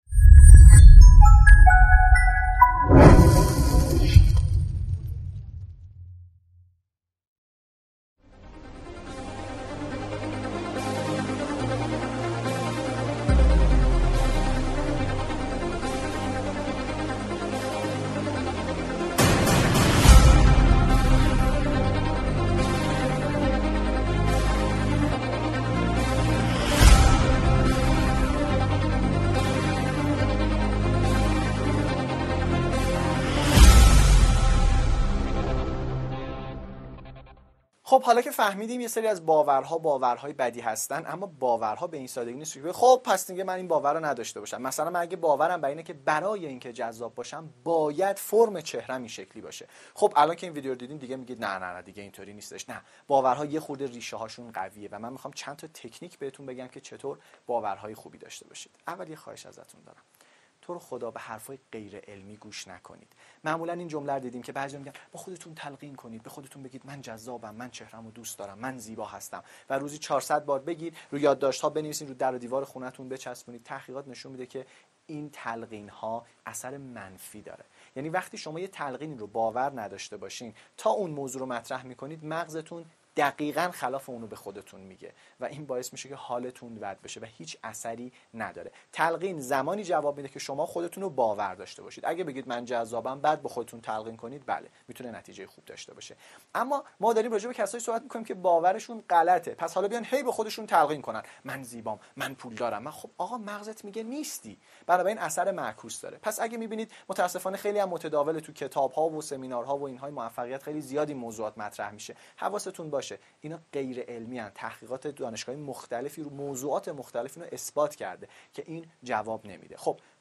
Speaker 1: خب حالا که فهمیدیم یه سری از باورها باورهای بدی هستن، اما باورها به این سادگی نیست که خب پس دیگه من این باور رو نداشته باشم. مثلا من اگه باورم بر اینه که برای اینکه جذاب باشم باید فرم چهرم این شکلی باشه، خب الان که این ویدیو رو دیدین دیگه میگید نه نه نه دیگه اینطوری نیستش. نه، باورها یه خورده ریشه هاشون قویه و من میخوام چند تا تکنیک بهتون بگم که چطور باورهای خوبی داشته باشید. اول یه خواهش ازتون دارم، تو رو خدا به حرفای غیر علمی گوش نکنید. معمولا این جمله رو دیدیم که بعضی میگن با خودتون تلقین کنید، به خودتون بگید من جذابم، من چهره‌مو دوست دارم، من زیبا هستم و روزی چهارصد بار بگید، رو یادداشت‌ها بنویسین، رو در و دیوار خونه‌تون بچسبونید. تحقیقات نشون میده که این تلقین‌ها اثر منفی داره. یعنی وقتی شما یه تلقینی رو باور نداشته باشین تا اون موضوع رو مطرح میکنید، مغزتون دقیقاً خلاف اونو به خودتون میگه و این باعث میشه که حالتون بد بشه و هیچ اثری نداره. تلقین زمانی جواب میده که شما خودتون رو باور داشته باشید. اگه بگید من جذابم بعد به خودتون تلقین کنید، بله میتونه نتیجه خوب داشته باشه. اما ما داریم راجع به کسایی صحبت میکنیم که باورشون غلطه، پس حالا بیان هی به خودشون تلقین کنن من زیبام، من پول دارم، من خب آقا مغزت میگه نیستی، بنابراین اثر معکوس داره. پس اگه میبینید متاسفانه خیلی هم متداول تو کتاب‌ها و سمینارها و اینهای موفقیت خیلی زیادی موضوعات مطرح میشه، حواستون باشه اینا غیر علمی ان. تحقیقات دانشگاهی مختلفی رو موضوعات مختلفی رو اثبات کرده که این جواب نمیده. خب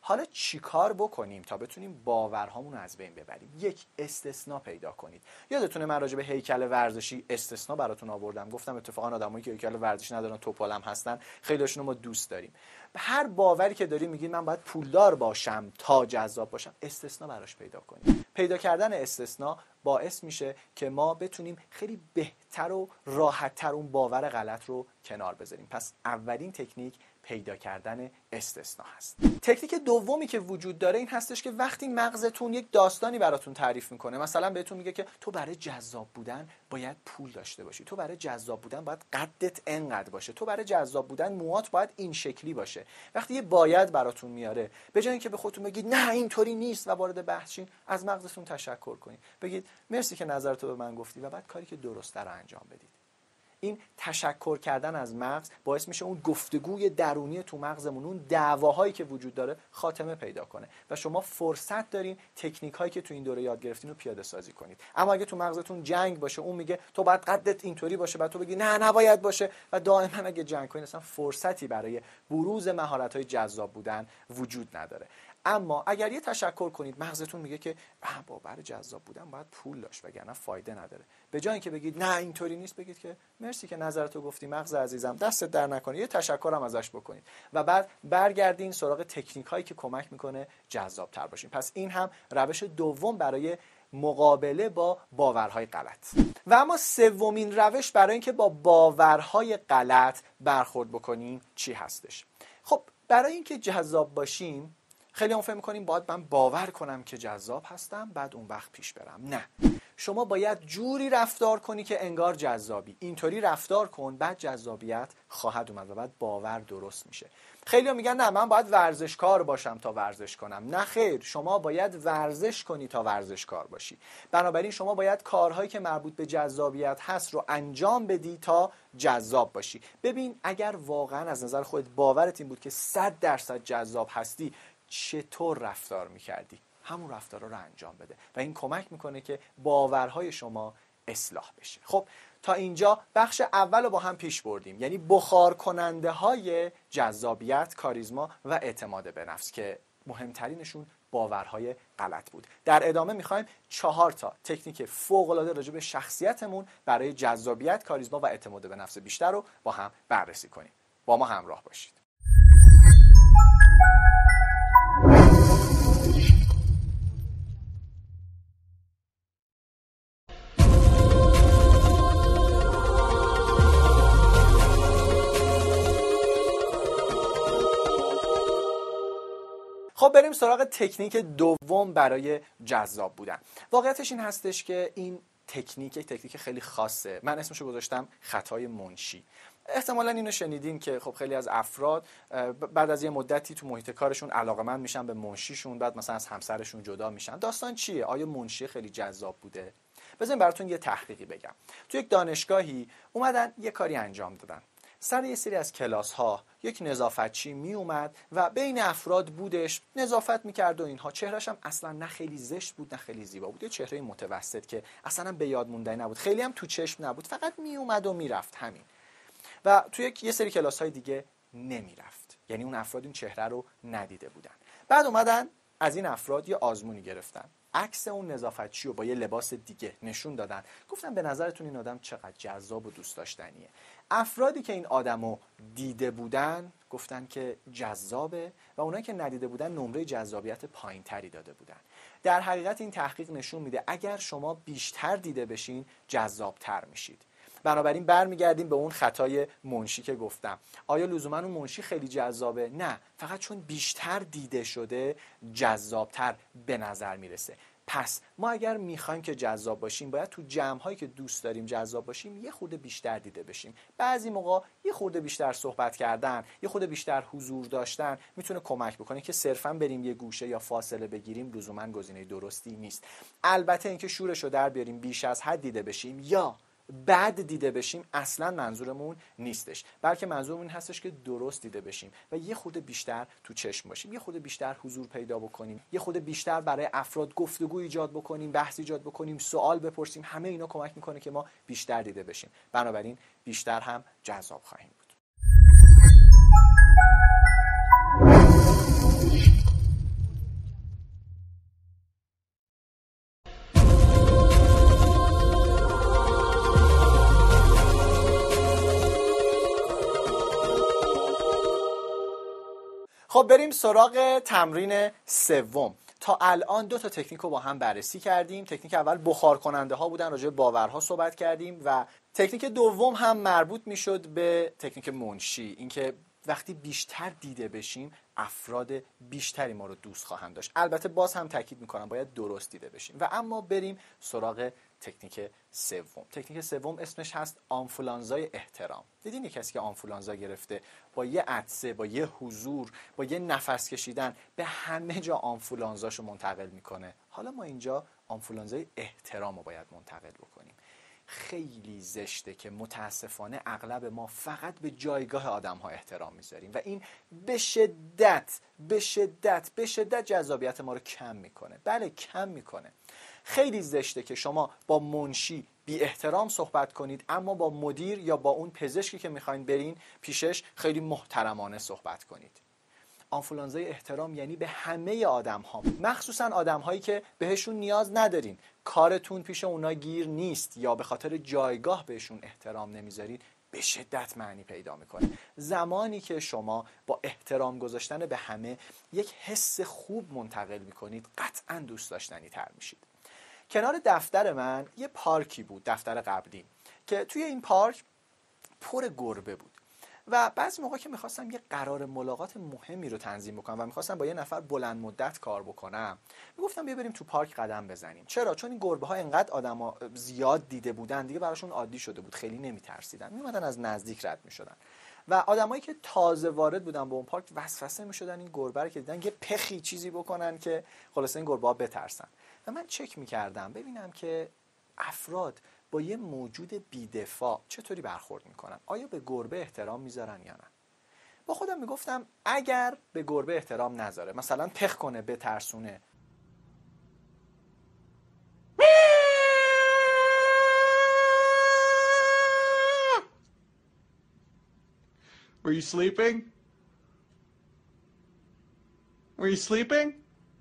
Speaker 1: حالا چیکار بکنیم تا بتونیم باورهامون رو از بین ببریم؟ یک، استثناء پیدا کنید. یادتونه من راجع به هیکل ورزشی استثناء براتون آوردم، گفتم اتفاقا آدمایی که هیکل ورزشی ندارن توپالم هستن، خیلیشون رو ما دوست داریم. هر باوری که داریم میگید من باید پولدار باشم تا جذاب باشم، استثناء براش پیدا کنید. پیدا کردن استثناء باعث میشه که ما بتونیم خیلی بهتر و راحت‌تر اون باور غلط رو کنار بذاریم. پس اولین تکنیک پیدا کردن استثناء هست. تکنیک دومی که وجود داره این هستش که وقتی مغزتون یک داستانی براتون تعریف میکنه، مثلا بهتون میگه که تو برای جذاب بودن باید پول داشته باشی، تو برای جذاب بودن باید قدت انقدر باشه، تو برای جذاب بودن موهات باید این شکلی باشه. وقتی یه باید براتون میاره، به جای اینکه به خودتون بگید نه اینطوری نیست و وارد بحث شین، از مغزتون تشکر کنید، بگید مرسی که نظرتو به من گفتی و بعد کاری که درسته رو انجام بدید. این تشکر کردن از مغز باعث میشه اون گفتگوی درونی تو مغزمون، اون دعواهایی که وجود داره خاتمه پیدا کنه و شما فرصت دارین تکنیک هایی که تو این دوره یاد گرفتین رو پیاده سازی کنید. اما اگه تو مغزتون جنگ باشه، اون میگه تو باید قدت اینطوری باشه، بعد تو بگی نه نباید باشه و دائما اگه جنگ کنین، اصلا فرصتی برای بروز مهارت های جذاب بودن وجود نداره. اما اگر یه تشکر کنید، مغزتون میگه که با برای جذاب بودن باید پول داشت وگرنه فایده نداره. به جای اینکه بگید نه اینطوری نیست، بگید که مرسی که نظرتو گفتی مغز عزیزم، دستت در نکنه، یه تشکرم ازش بکنید و بعد برگردین سراغ تکنیک هایی که کمک میکنه جذاب تر باشین. پس این هم روش دوم برای مقابله با باورهای غلط. و اما سومین روش برای اینکه با باورهای غلط برخورد بکنیم چی هستش؟ خب برای اینکه جذاب باشیم، خیلی هم فکر می‌کنیم باید من باور کنم که جذاب هستم بعد اون وقت پیش برم. نه، شما باید جوری رفتار کنی که انگار جذابی. اینطوری رفتار کن، بعد جذابیت خواهد اومد و بعد باور درست میشه. خیلی هم میگن نه من باید ورزشکار باشم تا ورزش کنم. نه خیر، شما باید ورزش کنی تا ورزشکار باشی. بنابراین شما باید کارهایی که مربوط به جذابیت هست رو انجام بدی تا جذاب باشی. ببین اگر واقعا از نظر خودت باورت این بود که صد درصد جذاب هستی، چطور رفتار میکردی؟ همون رفتارها رو انجام بده و این کمک میکنه که باورهای شما اصلاح بشه. خب تا اینجا بخش اول رو با هم پیش بردیم، یعنی بخار کننده های جذابیت، کاریزما و اعتماد به نفس که مهمترینشون باورهای غلط بود. در ادامه میخوایم چهار تا تکنیک فوق العاده راجع به شخصیتمون برای جذابیت، کاریزما و اعتماد به نفس بیشتر رو با هم بررسی کنیم. با ما همراه باشید. خب بریم سراغ تکنیک دوم برای جذاب بودن. واقعیتش این هستش که این تکنیک یک تکنیک خیلی خاصه. من اسمشو گذاشتم خطای منشی. احتمالاً اینو شنیدین که خب خیلی از افراد بعد از یه مدتی تو محیط کارشون علاقه‌مند میشن به منشیشون، بعد مثلا از همسرشون جدا میشن. داستان چیه؟ آیا منشی خیلی جذاب بوده؟ بذارین براتون یه تحقیقی بگم. تو یک دانشگاهی اومدن یه کاری انجام دادن. سر یه سری از کلاس ها یک نظافتچی می اومد و بین افراد بودش، نظافت میکرد و اینها. چهرهش هم اصلا نه خیلی زشت بود نه خیلی زیبا بود، یه چهره متوسط که اصلا به یاد موندنی نبود، خیلی هم تو چشم نبود، فقط می اومد و میرفت همین. و توی یک یه سری کلاس های دیگه نمیرفت، یعنی اون افراد این چهره رو ندیده بودن. بعد اومدن از این افراد یه آزمونی گرفتن، عکس اون نظافتچی رو با یه لباس دیگه نشون دادن، گفتن به نظرتون این آدم چقدر جذاب و دوست داشتنیه. افرادی که این آدمو دیده بودن گفتن که جذابه و اونایی که ندیده بودن نمره جذابیت پایینتری داده بودن. در حقیقت این تحقیق نشون میده اگر شما بیشتر دیده بشین جذابتر میشید. بنابراین برمیگردیم به اون خطای منشی که گفتم. آیا لزوما اون منشی خیلی جذابه؟ نه، فقط چون بیشتر دیده شده جذابتر به نظر میرسه. پس ما اگر میخوایم که جذاب باشیم باید تو جمع‌هایی که دوست داریم جذاب باشیم یه خورده بیشتر دیده بشیم. بعضی موقع یه خورده بیشتر صحبت کردن، یه خورده بیشتر حضور داشتن میتونه کمک بکنه که صرفاً بریم یه گوشه یا فاصله بگیریم لزوما گزینه درستی نیست. البته اینکه شورشو در بیاریم بیش از حد دیده بشیم یا بعد دیده بشیم اصلا منظورمون نیستش، بلکه منظورمون هستش که درست دیده بشیم و یه خورده بیشتر تو چشم باشیم، یه خورده بیشتر حضور پیدا بکنیم، یه خورده بیشتر برای افراد گفتگو ایجاد بکنیم، بحث ایجاد بکنیم، سوال بپرسیم. همه اینا کمک میکنه که ما بیشتر دیده بشیم، بنابراین بیشتر هم جذاب خواهیم بود. خب بریم سراغ تمرین سوم. تا الان دو تا تکنیک رو با هم بررسی کردیم. تکنیک اول بخار کننده ها بودن، راجع به باورها صحبت کردیم و تکنیک دوم هم مربوط میشد به تکنیک منشی، اینکه وقتی بیشتر دیده بشیم افراد بیشتری ما رو دوست خواهند داشت. البته باز هم تاکید میکنم باید درست دیده بشیم. و اما بریم سراغ تکنیک سوم. تکنیک سوم اسمش هست آنفولانزای احترام. دیدین یه کسی که آنفولانزا گرفته با یه عطسه، با یه حضور، با یه نفس کشیدن به همه جا آنفولانزاشو منتقل میکنه. حالا ما اینجا آنفولانزای احترام رو باید منتقل بکنیم. خیلی زشته که متاسفانه اغلب ما فقط به جایگاه آدم ها احترام میذاریم و این به شدت به شدت به شدت جذابیت ما رو کم میکنه. بله کم میکنه. خیلی زشته که شما با منشی بی احترام صحبت کنید اما با مدیر یا با اون پزشکی که میخواین برین پیشش خیلی محترمانه صحبت کنید. آنفولانزای احترام یعنی به همه آدم ها، مخصوصا آدم هایی که بهشون نیاز ندارین، کارتون پیش اونا گیر نیست یا به خاطر جایگاه بهشون احترام نمیذارید، به شدت معنی پیدا میکنه. زمانی که شما با احترام گذاشتن به همه یک حس خوب منتقل میکنید قطعا دوست داشتنی تر میشید. کنار دفتر من یه پارکی بود، دفتر قبلی، که توی این پارک پر گربه بود و بعضی موقع که میخواستم یه قرار ملاقات مهمی رو تنظیم بکنم و میخواستم با یه نفر بلند مدت کار بکنم، میگفتم بیا بریم تو پارک قدم بزنیم. چرا؟ چون این گربه ها اینقدر آدما زیاد دیده بودن دیگه براشون عادی شده بود، خیلی نمیترسیدن، میومدن از نزدیک رد میشدن و آدمایی که تازه وارد بودن به اون پارک وسوسه میشدن این گربه رو که دیدن یه پخی چیزی بکنن که خلاص این گربه ها بترسن. و من چک میکردم ببینم که افراد با یه موجود بی‌دفاع چطوری برخورد میکنن. آیا به گربه احترام میذارن یا نه؟ با خودم میگفتم اگر به گربه احترام نذاره، مثلا پخ کنه، بترسونه،
Speaker 7: Were you sleeping? Were you sleeping?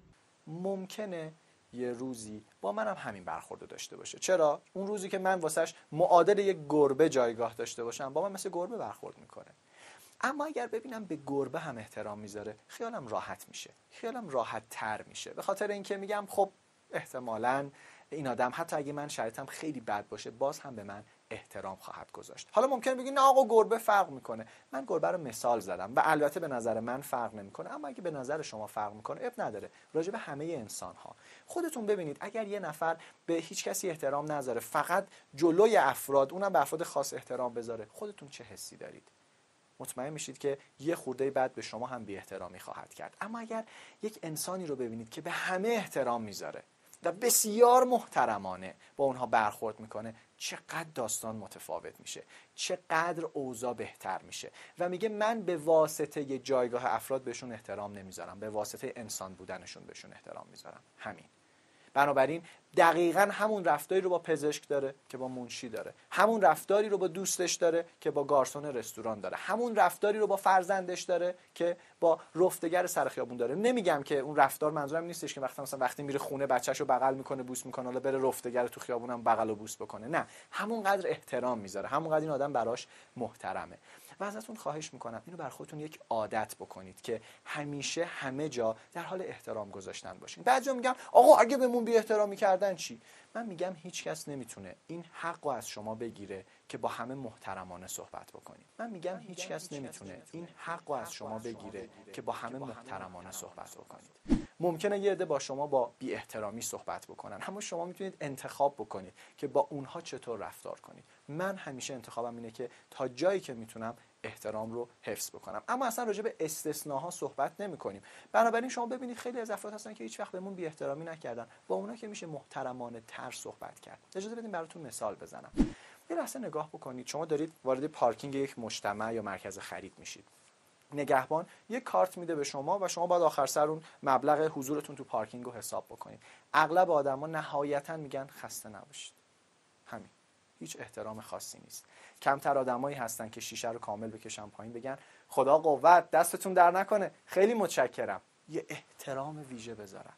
Speaker 1: ممکنه یه روزی با منم همین برخورد داشته باشه. چرا؟ اون روزی که من واسش معادل یک گربه جایگاه داشته باشم با من مثل گربه برخورد میکنه. اما اگر ببینم به گربه هم احترام میذاره خیالم راحت میشه، خیالم راحت تر میشه، به خاطر اینکه میگم خب احتمالاً این آدم حتی اگه من شرایطم خیلی بد باشه باز هم به من احترام خواهد گذاشت. حالا ممکنه بگی نه آقا گربه فرق میکنه. من گربه رو مثال زدم و البته به نظر من فرق نمیکنه، اما اگه به نظر شما فرق میکنه اب نداره. راجع به همه انسان ها خودتون ببینید اگر یه نفر به هیچ کسی احترام نذاره، فقط جلوی افراد، اونم به افراد خاص احترام بذاره، خودتون چه حسی دارید؟ مطمئن میشید که یه خورده بعد به شما هم بی احترامی خواهد کرد. اما اگر یک انسانی رو ببینید که به همه احترام میذاره و بسیار محترمانه با اونها برخورد میکنه، چقدر داستان متفاوت میشه، چقدر اوضاع بهتر میشه و میگه من به واسطه یه جایگاه افراد بهشون احترام نمیذارم، به واسطه انسان بودنشون بهشون احترام میذارم. همین. بنابراین دقیقاً همون رفتاری رو با پزشک داره که با منشی داره، همون رفتاری رو با دوستش داره که با گارسون رستوران داره، همون رفتاری رو با فرزندش داره که با رفتگر سر خیابون داره. نمیگم که اون رفتار منظورم نیستش که وقتی مثلا وقتی میره خونه بچه‌شو بغل میکنه بوس میکنه حالا بره رفتگر تو خیابونم بغل و بوس بکنه، نه، همونقدر احترام میذاره، همونقدر این آدم براش محترمه. و ازتون خواهش میکنم اینو بر خودتون یک عادت بکنید که همیشه همه جا در حال احترام گذاشتن باشین. بعضیا میگن آقا اگه بهمون بی احترامی کردن چی؟ من میگم هیچ کس نمیتونه این حقو از شما بگیره که با همه محترمانه صحبت بکنید. من میگم هیچ کس نمیتونه این حقو از شما بگیره که با همه محترمانه صحبت بکنید. ممکنه یه عده با شما با بی احترامی صحبت بکنن، اما شما میتونید انتخاب بکنید که با اونها چطور رفتار کنید. من همیشه انتخابم اینه که تا جایی که میتونم احترام رو حفظ بکنم. اما اصلا راجع به استثناها صحبت نمی‌کنیم. بنابراین شما ببینید خیلی از افراد هستن که هیچ وقت بهمون بی احترامی نکردن، با اونا که میشه محترمانه تر صحبت کرد. اجازه بدید براتون مثال بزنم. یه لحظه نگاه بکنید، شما دارید وارد پارکینگ یک مجتمع یا مرکز خرید میشید. نگهبان یک کارت میده به شما و شما باید آخر سر اون مبلغ حضورتون تو پارکینگ رو حساب بکنید. اغلب آدما نهایتا میگن خسته نباشید. همین. هیچ احترام خاصی نیست. کمتر آدمایی هستن که شیشه رو کامل بکشن پایین بگن خدا قوت، دستتون در نکنه، خیلی متشکرم، یه احترام ویژه بذارن.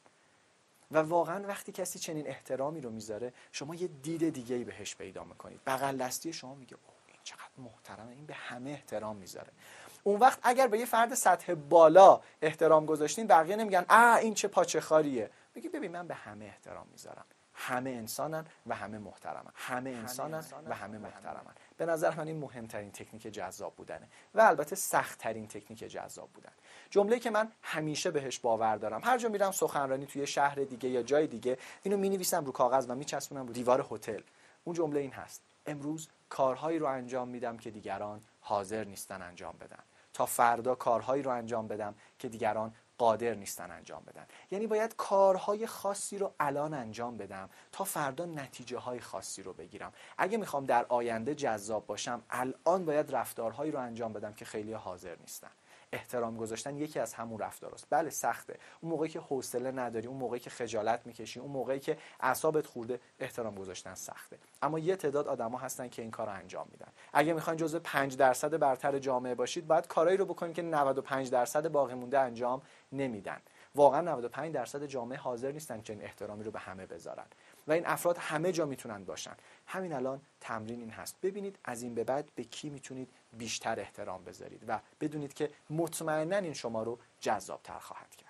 Speaker 1: و واقعا وقتی کسی چنین احترامی رو میذاره شما یه دید دیگه‌ای بهش پیدا میکنید. بغل دستی شما میگه اوه این چقدر محترمه، این به همه احترام میذاره. اون وقت اگر به یه فرد سطح بالا احترام گذاشتین، بقیه نمیگن آ این چه پاچه خاریه. بگی ببین من به همه احترام میذارم، همه انسانن و همه محترمن، همه انسانن و همه محترمن. به نظر من این مهمترین تکنیک جذاب بودنه و البته سخت ترین تکنیک جذاب بودن. جمله‌ای که من همیشه بهش باور دارم، هر جا میرم سخنرانی توی شهر دیگه یا جای دیگه، اینو مینویسم رو کاغذ و میچسبونم رو دیوار هتل. اون جمله این هست: امروز کارهایی رو انجام میدم که دیگران حاضر نیستن انجام بدن، تا فردا کارهایی رو انجام بدم که دیگران قادر نیستن انجام بدن. یعنی باید کارهای خاصی رو الان انجام بدم تا فردا نتیجه های خاصی رو بگیرم. اگه میخوام در آینده جذاب باشم، الان باید رفتارهایی رو انجام بدم که خیلی حاضر نیستن. احترام گذاشتن یکی از همون رفتاراست. بله سخته، اون موقعی که حوصله نداری، اون موقعی که خجالت میکشی، اون موقعی که اعصابت خورده، احترام گذاشتن سخته. اما یه تعداد آدما هستن که این کارو انجام میدن. اگه میخواین جزو پنج درصد برتر جامعه باشید، باید کارایی رو بکنید که نود و پنج درصد باقی مونده انجام نمیدن. واقعا نود و پنج درصد جامعه حاضر نیستن که این احترامی رو به همه بذارن و این افراد همه جا میتونن باشن. همین الان تمرین این هست، ببینید از این به بعد به کی میتونید بیشتر احترام بذارید و بدونید که مطمئناً این شما رو جذاب‌تر خواهد کرد.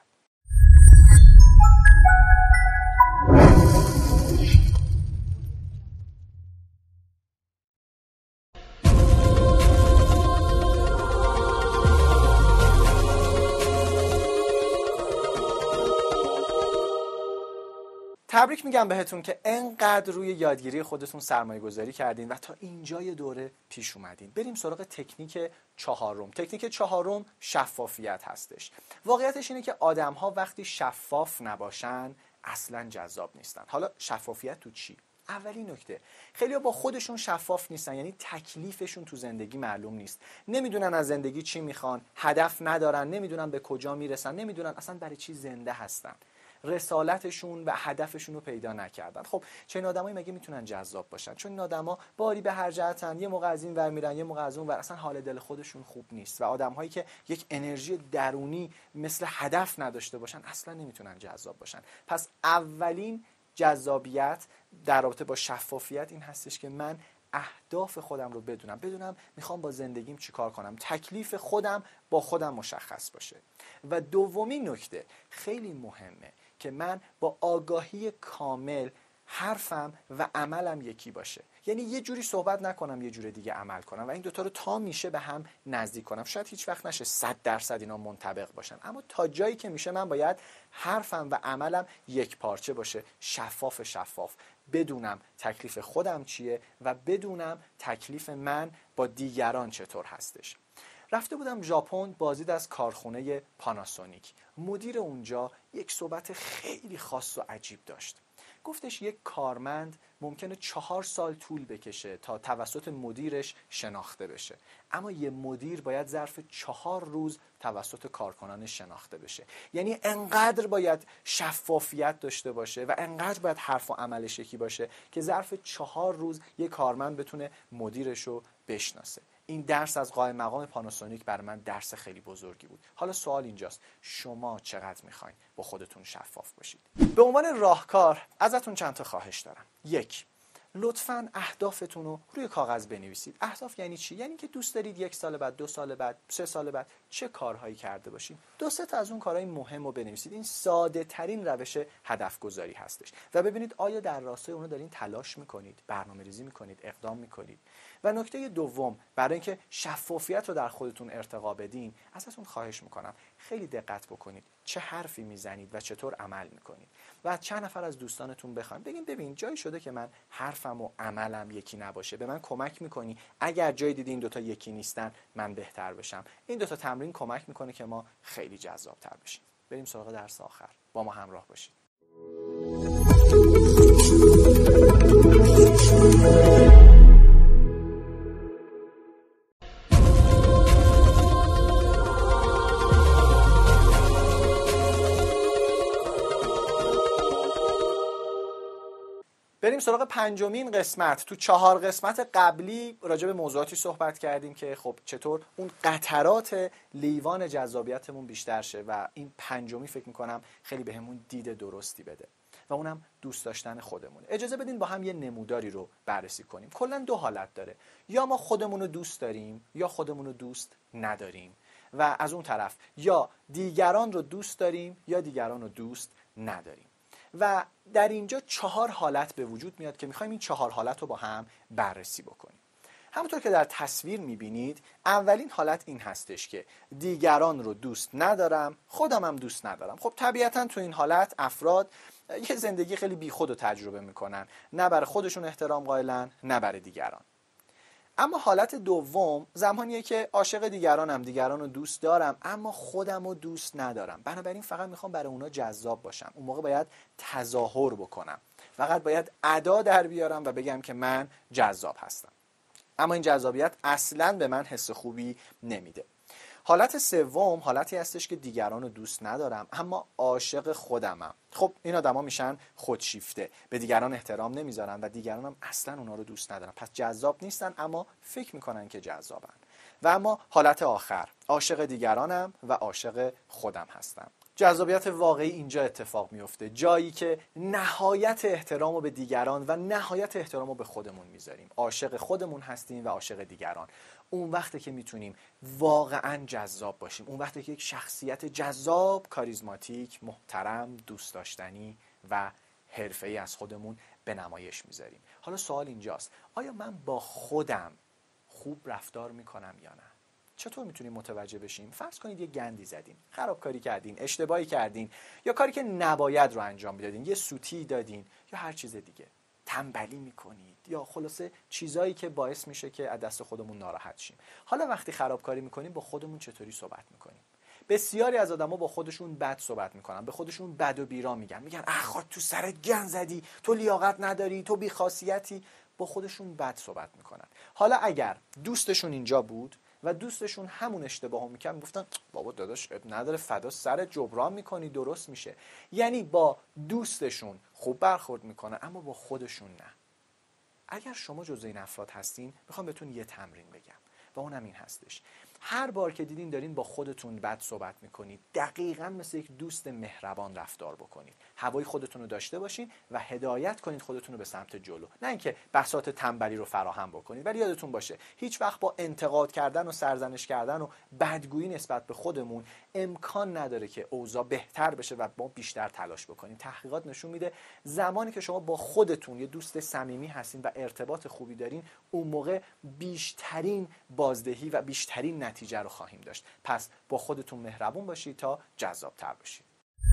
Speaker 1: تبریک میگم بهتون که انقدر روی یادگیری خودتون سرمایه گذاری کردین و تا اینجای دوره پیش اومدین. بریم سراغ تکنیک چهارم. تکنیک چهارم شفافیت هستش. واقعیتش اینه که آدم‌ها وقتی شفاف نباشن اصلاً جذاب نیستن. حالا شفافیت تو چی؟ اولین نکته، خیلی‌ها با خودشون شفاف نیستن، یعنی تکلیفشون تو زندگی معلوم نیست. نمیدونن از زندگی چی میخوان، هدف ندارن، نمیدونن به کجا میرسن، نمیدونن اصلا برای چی زنده هستن. رسالتشون و هدفشون رو پیدا نکردن. خب چنین آدمایی مگه میتونن جذاب باشن؟ چون این آدما باری به هر جهتن، یه موقع از این ور میرن، یه موقع از اون ور، اصلا حال دل خودشون خوب نیست و آدم‌هایی که یک انرژی درونی مثل هدف نداشته باشن اصلا نمیتونن جذاب باشن. پس اولین جذابیت در رابطه با شفافیت این هستش که من اهداف خودم رو بدونم، بدونم میخوام با زندگیم چیکار کنم، تکلیف خودم با خودم مشخص باشه. و دومین نکته خیلی مهمه که من با آگاهی کامل حرفم و عملم یکی باشه. یعنی یه جوری صحبت نکنم یه جور دیگه عمل کنم و این دوتا رو تا میشه به هم نزدیک کنم. شاید هیچ وقت نشه صد درصد اینا منطبق باشن، اما تا جایی که میشه من باید حرفم و عملم یک پارچه باشه، شفاف شفاف بدونم تکلیف خودم چیه و بدونم تکلیف من با دیگران چطور هستش. رفته بودم ژاپن بازدید از کارخونه پاناسونیک. مدیر اونجا یک صحبت خیلی خاص و عجیب داشت. گفتش یک کارمند ممکنه چهار سال طول بکشه تا توسط مدیرش شناخته بشه، اما یه مدیر باید ظرف چهار روز توسط کارکنان شناخته بشه. یعنی انقدر باید شفافیت داشته باشه و انقدر باید حرف و عملش یکی باشه که ظرف چهار روز یک کارمند بتونه مدیرش رو بشناسه. این درس از قائم مقام پاناسونیک برای من درس خیلی بزرگی بود. حالا سوال اینجاست، شما چقدر میخواین با خودتون شفاف باشید؟ به عنوان راهکار ازتون چند تا خواهش دارم. یک، لطفاً اهدافتون رو روی کاغذ بنویسید. اهداف یعنی چی؟ یعنی که دوست دارید یک سال بعد، دو سال بعد، سه سال بعد چه کارهایی کرده باشین. دو سه تا از اون کارهای مهم رو بنویسید. این ساده ترین روش هدف گذاری هستش و ببینید آیا در راستای اون رو دارین تلاش میکنید، برنامه‌ریزی میکنید، اقدام میکنید. و نکته دوم، برای اینکه شفافیت رو در خودتون ارتقا بدین، ازتون خواهش میکنم خیلی دقت بکنید چه حرفی میزنید و چطور عمل میکنید و از چند نفر از دوستانتون بخواید بگین ببین جایی شده که من حرفم و عملم یکی نباشه، به من کمک میکنی اگر جایی دیدی این دوتا یکی نیستن من بهتر بشم. این دوتا تمرین کمک میکنه که ما خیلی جذابتر بشیم. بریم سراغ درس آخر، با ما همراه باشید. بریم سراغ پنجمین قسمت. تو چهار قسمت قبلی راجع به موضوعاتی صحبت کردیم که خب چطور اون قطرات لیوان جذابیتمون بیشتر شه و این پنجمی فکر میکنم خیلی بهمون دید درستی بده و اونم دوست داشتن خودمونه. اجازه بدین با هم یه نموداری رو بررسی کنیم. کلا دو حالت داره، یا ما خودمون رو دوست داریم یا خودمون رو دوست نداریم. و از اون طرف یا دیگران رو دوست داریم یا دیگران رو دوست نداریم. و در اینجا چهار حالت به وجود میاد که میخوایم این چهار حالت رو با هم بررسی بکنیم. همونطور که در تصویر میبینید اولین حالت این هستش که دیگران رو دوست ندارم، خودم هم دوست ندارم. خب طبیعتا تو این حالت افراد یه زندگی خیلی بیخود رو تجربه میکنن، نه برای خودشون احترام قائلن نه برای دیگران. اما حالت دوم زمانیه که عاشق دیگرانم، دیگران رو دوست دارم اما خودم رو دوست ندارم، بنابراین فقط میخوام برای اونا جذاب باشم. اون موقع باید تظاهر بکنم، فقط باید ادا در بیارم و بگم که من جذاب هستم، اما این جذابیت اصلاً به من حس خوبی نمیده. حالت سوم حالتی هستش که دیگران رو دوست ندارم اما عاشق خودمم. خب این آدما میشن خودشیفته، به دیگران احترام نمیذارن و دیگران هم اصلا اونا رو دوست ندارن، پس جذاب نیستن اما فکر میکنن که جذابن. و اما حالت آخر عاشق دیگرانم و عاشق خودم هستم. جذابیت واقعی اینجا اتفاق میفته، جایی که نهایت احترام رو به دیگران و نهایت احترام رو به خودمون میذاریم، عاشق خودمون هستیم و عاشق دیگران. اون وقته که میتونیم واقعا جذاب باشیم، اون وقته که یک شخصیت جذاب، کاریزماتیک، محترم، دوست داشتنی و حرفه‌ای از خودمون به نمایش میذاریم. حالا سوال اینجاست، آیا من با خودم خوب رفتار میکنم یا نه؟ چطور میتونیم متوجه بشیم؟ فرض کنید یه گندی زدین، خرابکاری کردین، اشتباهی کردین یا کاری که نباید رو انجام میدادین، یه سوتی دادین یا هر چیز دیگه، تنبلی میکنید یا خلاصه چیزایی که باعث میشه که از دست خودمون ناراحت شیم. حالا وقتی خرابکاری میکنیم با خودمون چطوری صحبت میکنیم؟ بسیاری از آدما با خودشون بد صحبت میکنن، به خودشون بد و بیرا میگن، میگن اخ تو سرت گند زدی، تو لیاقت نداری، تو بی‌خاصیتی، با خودشون بد صحبت میکنن. حالا اگر دوستشون اینجا بود و دوستشون همون اشتباهو میکنن، گفتن بابا داداش اب نداره، فدا سر، جبران میکنی، درست میشه. یعنی با دوستشون خوب برخورد میکنه اما با خودشون نه. اگر شما جزو این افراد هستین، میخوام بهتون یه تمرین بگم و اونم این هستش، هر بار که دیدین دارین با خودتون بد صحبت میکنید، دقیقاً مثل یک دوست مهربان رفتار بکنید. هوای خودتون رو داشته باشین و هدایت کنید خودتون رو به سمت جلو، نه اینکه بساط تنبلی رو فراهم بکنید. ولی یادتون باشه هیچ وقت با انتقاد کردن و سرزنش کردن و بدگویی نسبت به خودمون امکان نداره که اوضاع بهتر بشه و ما بیشتر تلاش بکنیم. تحقیقات نشون میده زمانی که شما با خودتون یه دوست صمیمی هستین و ارتباط خوبی دارین، اون موقع بیشترین بازدهی و بیشترین نتیجه رو خواهیم داشت. پس با خودتون مهربون باشید تا جذاب‌تر باشید.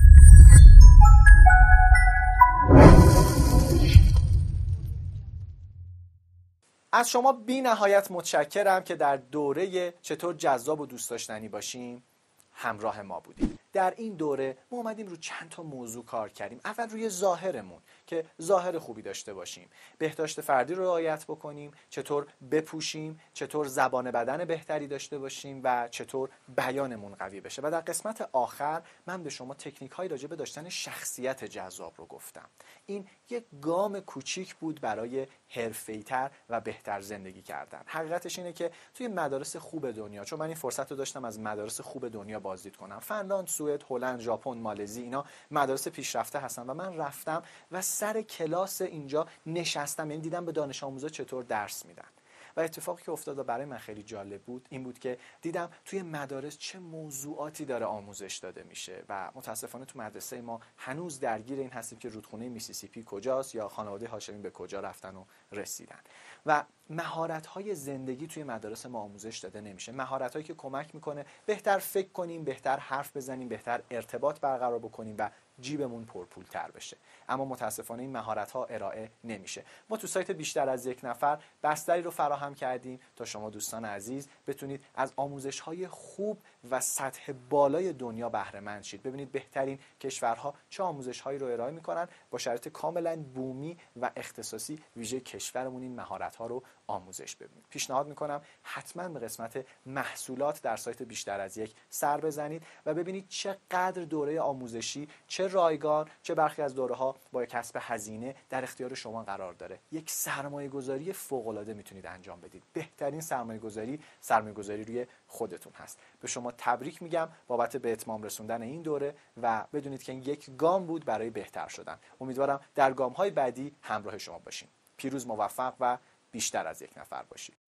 Speaker 1: از شما بی نهایت متشکرم که در دوره چطور جذاب و دوست داشتنی باشیم همراه ما بودیم. در این دوره ما اومدیم رو چند تا موضوع کار کردیم. اول روی ظاهرمون که ظاهر خوبی داشته باشیم، بهداشت فردی رو رعایت بکنیم، چطور بپوشیم، چطور زبان بدن بهتری داشته باشیم و چطور بیانمون قوی بشه. و در قسمت آخر من به شما تکنیک های راجع به داشتن شخصیت جذاب رو گفتم. این یک گام کوچیک بود برای حرفه‌ای‌تر و بهتر زندگی کردن. حقیقتش اینه که توی مدارس خوب دنیا، چون من این فرصت رو داشتم از مدارس خوب دنیا بازدید کنم، فنلاند، سوئد، هلند، ژاپن، مالزی، اینا مدارس پیشرفته هستن و من رفتم و سر کلاس اینجا نشستم، یعنی دیدم به دانش آموزا چطور درس میدن. و اتفاقی که افتاد و برای من خیلی جالب بود این بود که دیدم توی مدارس چه موضوعاتی داره آموزش داده میشه و متاسفانه تو مدرسه ما هنوز درگیر این هستیم که رودخونه میسیسیپی کجاست یا خانواده هاشمی به کجا رفتن و رسیدن. و مهارت‌های زندگی توی مدارس ما آموزش داده نمیشه، مهارت‌هایی که کمک میکنه بهتر فکر کنیم، بهتر حرف بزنیم، بهتر ارتباط برقرار بکنیم و جیبمون پرپولتر بشه. اما متاسفانه این مهارت‌ها ارائه نمیشه. ما تو سایت بیشتر از یک نفر بستری رو فراهم کردیم تا شما دوستان عزیز بتونید از آموزش‌های خوب و سطح بالای دنیا بهره مند شید. ببینید بهترین کشورها چه آموزش‌هایی رو ارائه میکنن، با شرایط کاملا بومی و اختصاصی ویژه کشورمون این مهارت‌ها رو آموزش ببینید. پیشنهاد میکنم حتما به قسمت محصولات در سایت بیشتر از یک سر بزنید و ببینید چقدر دوره آموزشی، چه رایگان، چه برخی از دوره‌ها با کسب هزینه در اختیار شما قرار داره. یک سرمایه‌گذاری فوق‌العاده میتونید انجام بدید. بهترین سرمایه‌گذاری سرمایه‌گذاری روی خودتون هست. به شما تبریک میگم بابت به اتمام رسوندن این دوره و بدونید که این یک گام بود برای بهتر شدن. امیدوارم در گام‌های بعدی همراه شما باشیم. پیروز، موفق و بیشتر از یک نفر باشید.